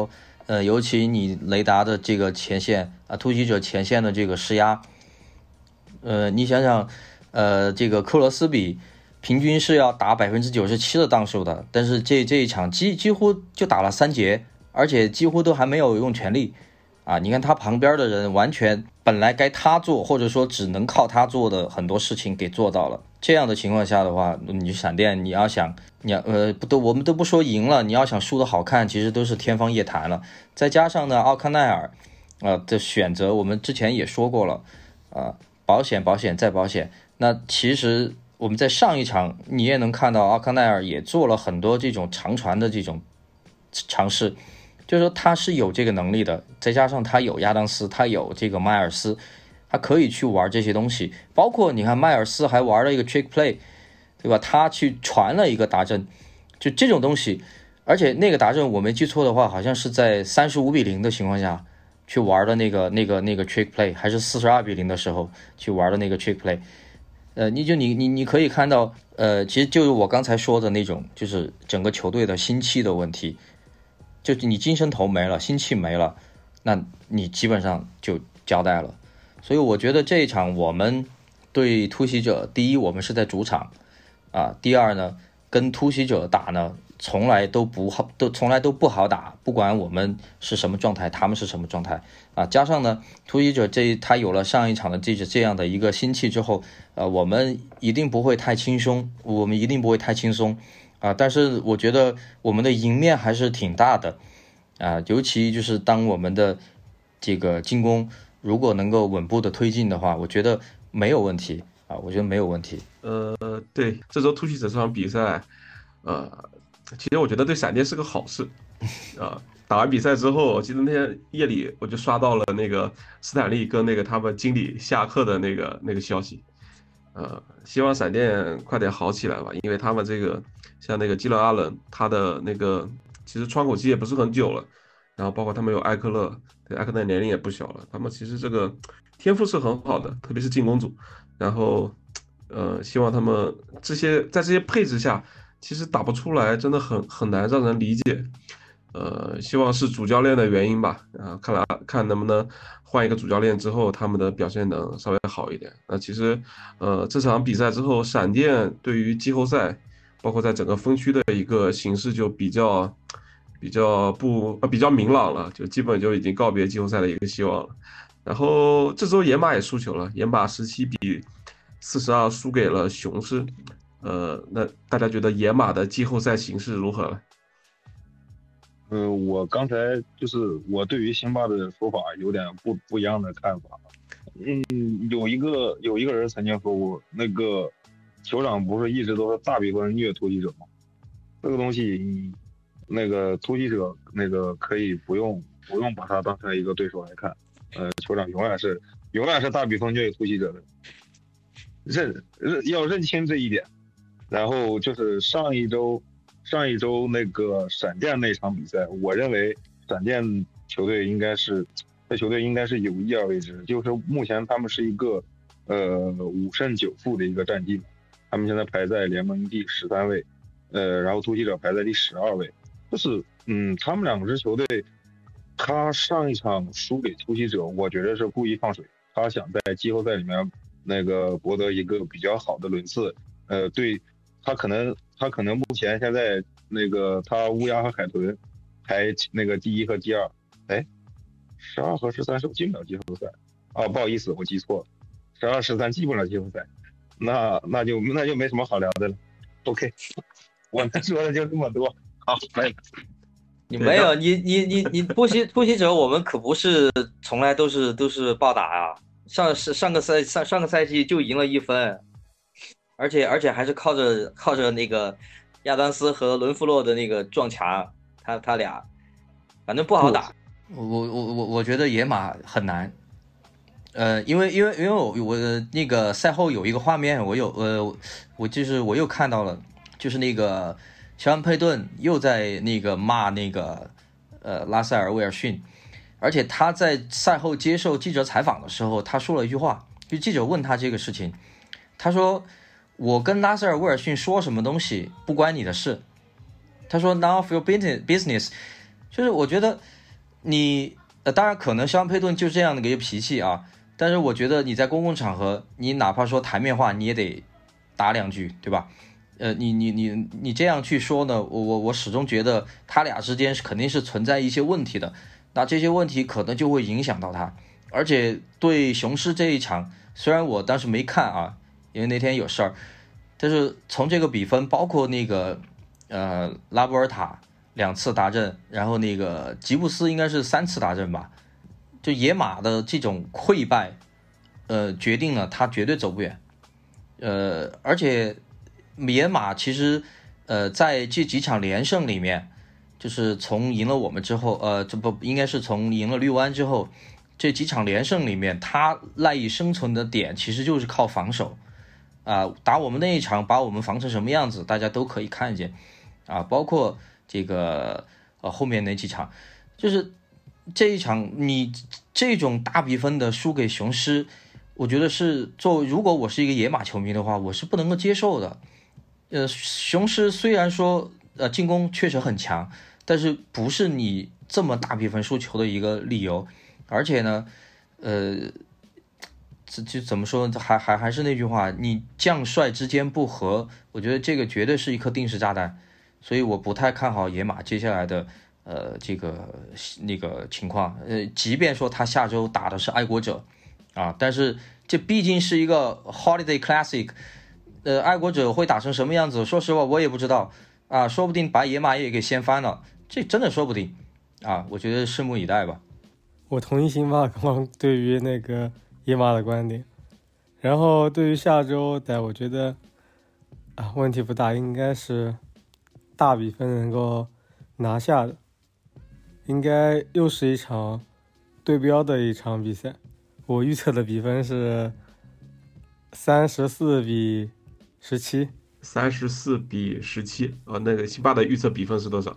Speaker 3: 尤其你雷达的这个前线啊，突袭者前线的这个施压，你想想，这个克罗斯比平均是要打97%的当数的，但是这一场几乎就打了3节，而且几乎都还没有用全力啊！你看他旁边的人完全本来该他做，或者说只能靠他做的很多事情给做到了。这样的情况下的话，你闪电你要想我们都不说赢了，你要想输的好看，其实都是天方夜谭了。再加上呢，奥康奈尔的选择，我们之前也说过了保险再保险。那其实我们在上一场你也能看到，奥康奈尔也做了很多这种长传的这种尝试，就是说他是有这个能力的，再加上他有亚当斯，他有这个迈尔斯，他可以去玩这些东西。包括你看迈尔斯还玩了一个 trick play， 对吧？他去传了一个达阵，就这种东西。而且那个达阵我没记错的话，好像是在35-0的情况下去玩的那个 trick play， 还是42-0的时候去玩的那个 trick play。你可以看到，其实就是我刚才说的那种，就是整个球队的心气的问题，就是你精神头没了，心气没了，那你基本上就交代了。所以我觉得这一场我们对突袭者，第一我们是在主场第二呢，跟突袭者打呢，从来都不好打，不管我们是什么状态，他们是什么状态加上呢，突袭者他有了上一场的这样的一个心气之后，我们一定不会太轻松，但是我觉得我们的赢面还是挺大的尤其就是当我们的这个进攻如果能够稳步的推进的话，我觉得没有问题
Speaker 2: 对，这周突袭者这场比赛其实我觉得对闪电是个好事打完比赛之后，我记得那天夜里我就刷到了那个斯坦利跟那个他们经理下课的那个消息希望闪电快点好起来吧，因为他们这个像那个基伦阿伦，他的那个其实窗口期也不是很久了，然后包括他们有艾克勒，对，艾克勒年龄也不小了，他们其实这个天赋是很好的，特别是进攻组，然后希望他们在这些配置下，其实打不出来，真的很难让人理解。希望是主教练的原因吧。看能不能换一个主教练之后，他们的表现能稍微好一点。那其实，这场比赛之后，闪电对于季后赛，包括在整个分区的一个形势就比较明朗了，就基本就已经告别季后赛的一个希望了。然后这周野马也输球了，野马17-42输给了雄狮。那大家觉得野马的季后赛形势如何了？
Speaker 6: 我刚才就是我对于辛巴的说法有点不一样的看法。有一个人曾经说过，那个酋长不是一直都是大比分虐突袭者吗？这个东西，那个突袭者那个可以不用把它当成一个对手来看。酋长永远是大比分虐突袭者的，要认清这一点。然后就是上一周那个闪电那场比赛，我认为闪电球队应该是有意而为之，就是目前他们是一个5胜9负的一个战绩，他们现在排在联盟第13位，然后突袭者排在第12位，就是他们两支球队，他上一场输给突袭者，我觉得是故意放水，他想在季后赛里面那个博得一个比较好的轮次，对。他可能目前现在那个他乌鸦和海豚排那个第1和第2，12和13是进不了季后赛不好意思，我记错了，12、13进不了季后赛，那就没什么好聊的了。OK， 我能说的就这么多。好，
Speaker 3: 你没有你突袭者，我们可不是从来都是暴打啊，上个赛季就赢了1分。而且还是靠着那个亚当斯和伦弗洛的那个撞墙，他俩反正不好打。我觉得野马很难，因为我那个赛后有一个画面，我又看到了，就是那个乔恩佩顿又在那个骂那个拉塞尔威尔逊，而且他在赛后接受记者采访的时候，他说了一句话，就记者问他这个事情，他说。我跟拉塞尔威尔逊说什么东西不关你的事，他说 none of your business， 就是我觉得当然可能肖恩佩顿就这样的一个脾气啊，但是我觉得你在公共场合，你哪怕说台面话，你也得打两句，对吧？你这样去说呢，我始终觉得他俩之间肯定是存在一些问题的，那这些问题可能就会影响到他。而且对雄狮这一场，虽然我当时没看啊，因为那天有事儿，但是从这个比分，包括那个拉波尔塔2次达阵，然后那个吉布斯应该是3次达阵吧，就野马的这种溃败，决定了他绝对走不远。而且野马其实在这几场连胜里面，就是从赢了我们之后，这不应该是从赢了绿湾之后，这几场连胜里面，他赖以生存的点其实就是靠防守打我们那一场把我们防成什么样子，大家都可以看见包括这个后面那几场，就是这一场你这种大比分的输给雄狮，我觉得是如果我是一个野马球迷的话，我是不能够接受的。雄狮虽然说进攻确实很强，但是不是你这么大比分输球的一个理由。而且呢，就怎么说，还是那句话，你将帅之间不和，我觉得这个绝对是一颗定时炸弹。所以我不太看好野马接下来的那个情况。即便说他下周打的是爱国者但是这毕竟是一个 Holiday Classic，爱国者会打成什么样子，说实话我也不知道说不定把野马也给掀翻了，这真的说不定我觉得拭目以待吧。
Speaker 5: 我同意辛巴刚刚对于那个野马的观点，然后对于下周的，我觉得问题不大，应该是大比分能够拿下的，应该又是一场对标的一场比赛。我预测的比分是34-17。
Speaker 2: 34-17那个辛巴的预测比分是多少？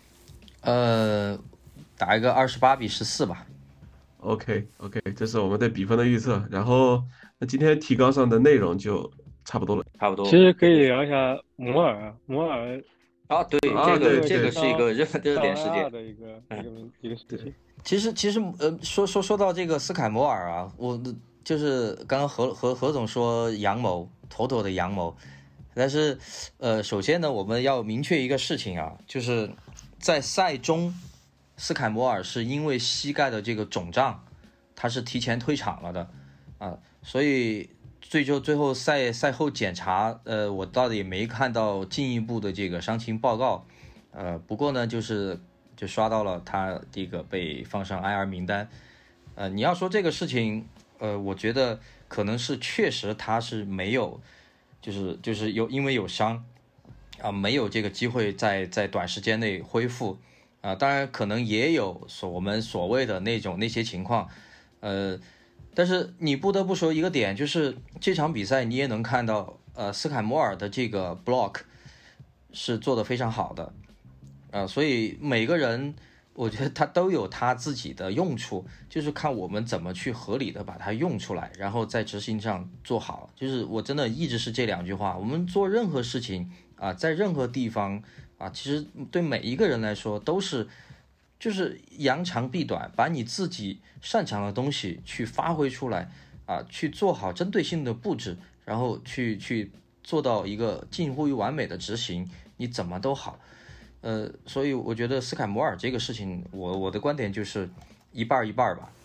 Speaker 3: 打一个28-14吧。
Speaker 2: OK， 这是我们对比分的预测。然后那今天提纲上的内容就差不多了。
Speaker 3: 差不多。
Speaker 4: 其实可以聊一下摩尔
Speaker 3: 对，这个是一个热点事件
Speaker 4: 的一个事情。
Speaker 3: 其实说到这个斯凯摩尔我就是刚刚何总说阳谋，妥妥的阳谋。但是首先呢，我们要明确一个事情就是在赛中，斯凯摩尔是因为膝盖的这个肿胀，他是提前退场了的所以最后赛后检查，我倒是也没看到进一步的这个伤情报告，不过呢，就刷到了他这个被放上 IR 名单，你要说这个事情，我觉得可能是确实他是没有，就是因为有伤没有这个机会在短时间内恢复当然可能也有我们所谓的那些情况，但是你不得不说一个点，就是这场比赛你也能看到，斯凯摩尔的这个 block 是做得非常好的，所以每个人我觉得他都有他自己的用处，就是看我们怎么去合理的把它用出来，然后在执行上做好。就是我真的一直是这2句话，我们做任何事情在任何地方其实对每一个人来说都是。就是扬长避短，把你自己擅长的东西去发挥出来去做好针对性的布置，然后去做到一个近乎于完美的执行，你怎么都好。所以我觉得斯凯摩尔这个事情，我的观点就是一半一半吧。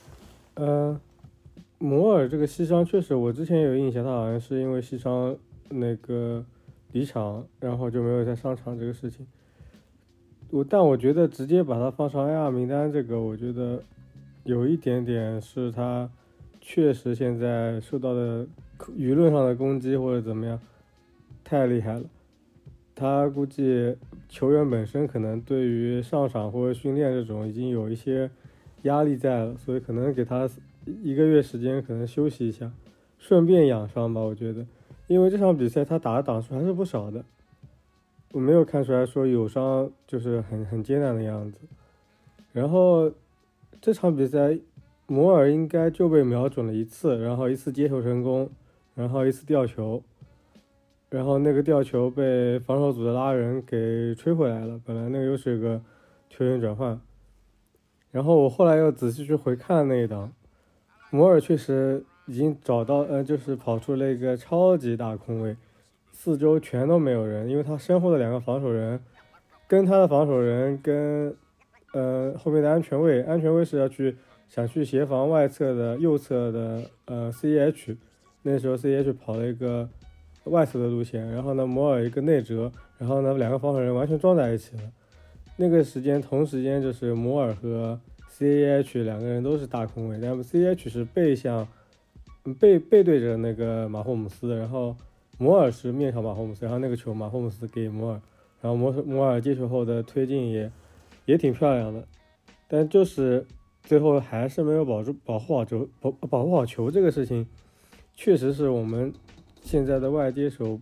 Speaker 5: 摩尔这个膝伤确实我之前有印象，他好像是因为膝伤那个离场，然后就没有再上场这个事情。但我觉得直接把他放上 IR 名单，这个我觉得有一点点是他确实现在受到的舆论上的攻击或者怎么样太厉害了。他估计球员本身可能对于上场或者训练这种已经有一些压力在了，所以可能给他1个月时间可能休息一下，顺便养伤吧。我觉得因为这场比赛他打的档数还是不少的，我没有看出来说有伤就是很艰难的样子。然后这场比赛摩尔应该就被瞄准了1次，然后1次接球成功，然后1次吊球，然后那个吊球被防守组的拉人给吹回来了，本来那个又是个球员转换。 然后我后来又仔细去回看那一档，摩尔确实已经找到，就是跑出了一个超级大空位，四周全都没有人，因为他身后的2个防守人跟他的防守人跟后面的安全卫是想去协防外侧的右侧的CEH， 那时候 CEH 跑了一个外侧的路线，然后呢摩尔一个内折，然后呢2个防守人完全撞在一起了。那个同时间就是摩尔和 CEH 2个人都是大空位，但 CEH 是背对着那个马霍姆斯，然后摩尔是面朝马霍姆斯，然后那个球马霍姆斯给摩尔，然后摩尔接球后的推进也挺漂亮的，但就是最后还是没有保护好球这个事情，确实是我们现在的外接手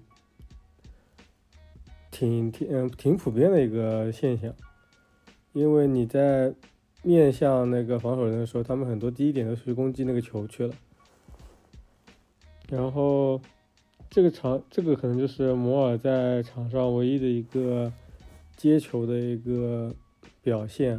Speaker 5: 挺普遍的一个现象，因为你在面向那个防守人的时候，他们很多第一点都是攻击那个球去了，然后这个可能就是摩尔在场上唯一的一个接球的一个表现。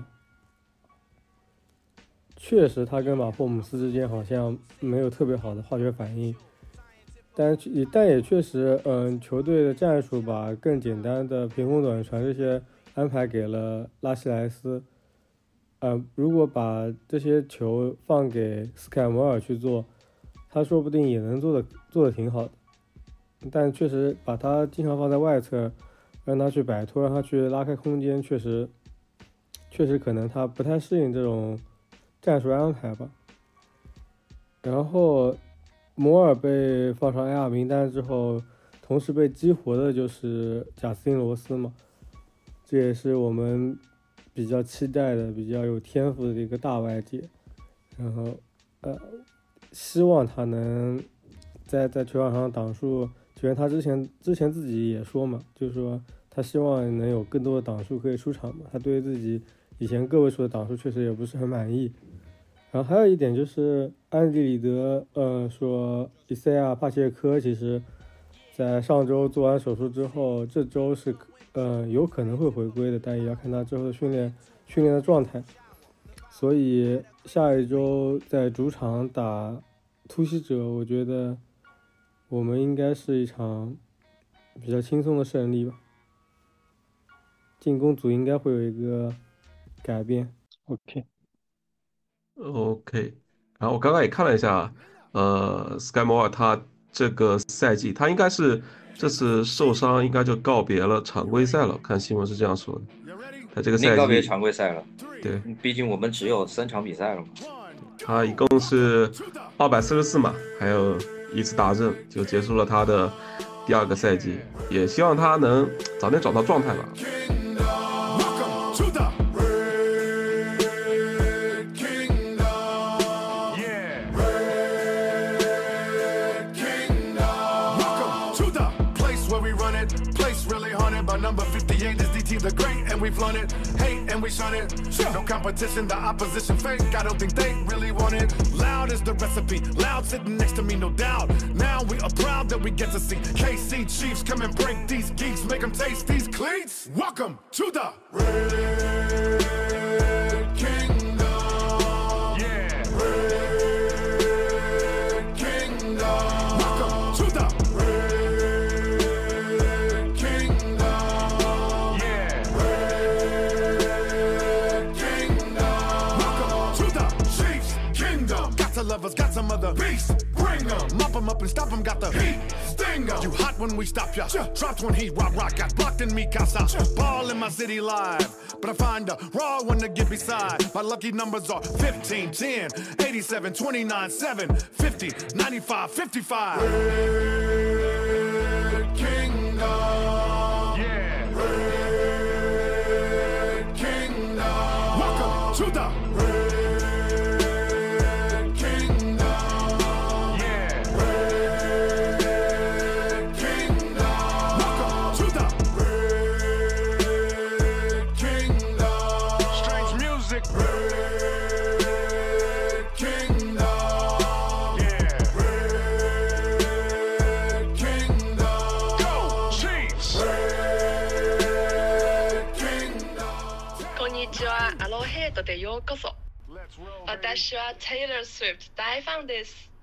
Speaker 5: 确实他跟马霍姆斯之间好像没有特别好的化学反应，但也确实球队的战术把更简单的平空短传这些安排给了拉希莱斯，如果把这些球放给斯凯摩尔去做，他说不定也能做得挺好的，但确实把他经常放在外侧，让他去摆脱，让他去拉开空间，确实可能他不太适应这种战术安排吧。然后摩尔被放上 IR 名单之后，同时被激活的就是贾斯汀罗斯嘛，这也是我们比较期待的、比较有天赋的一个大外接。然后希望他能在球场上挡数，就像他之前自己也说嘛，就是说他希望能有更多的挡数可以出场嘛，他对自己以前个位数的挡数确实也不是很满意。然后还有一点就是安迪里德说伊塞亚帕切科其实在上周做完手术之后，这周是有可能会回归的，但也要看他之后的训练的状态。所以下一周在主场打突袭者，我觉得我们应该是一场比较轻松的胜利吧。进攻组应该会有一个改变。
Speaker 2: OK， 然后我刚刚也看了一下，斯凯摩尔他这个赛季他应该是这次受伤应该就告别了常规赛了，看新闻是这样说的。他这个赛季
Speaker 3: 告别常规赛了，
Speaker 2: 对，
Speaker 3: 毕竟我们只有3场比赛了嘛。
Speaker 2: 他一共是244码，还有1次达阵就结束了他的第2个赛季，也希望他能早点找到状态吧。
Speaker 7: Number 58 is DT the great, and we've learned it. Hate and we shun it. No competition, the opposition fake. I don't think they really want it. Loud is the recipe. Loud sitting next to me, no doubt. Now we are proud that we get to see KC Chiefs come and break these geeks, make them taste these cleats. Welcome to the Red Kingdom. Yeah. Red Kingdom. Welcome to the lovers got some other beast, bring them, mop them up and stop them, got the heat, sting them. You hot when we stop ya, dropped when he rock, got blocked in me casa, ball in my city live, but I find a raw one to get beside. My lucky numbers are 15, 10, 87, 29, 7, 50, 95, 55. Red Kingdom, yeah. Red Kingdom, welcome to the
Speaker 8: でようこそ。 私は Taylor Swift 大ファンです。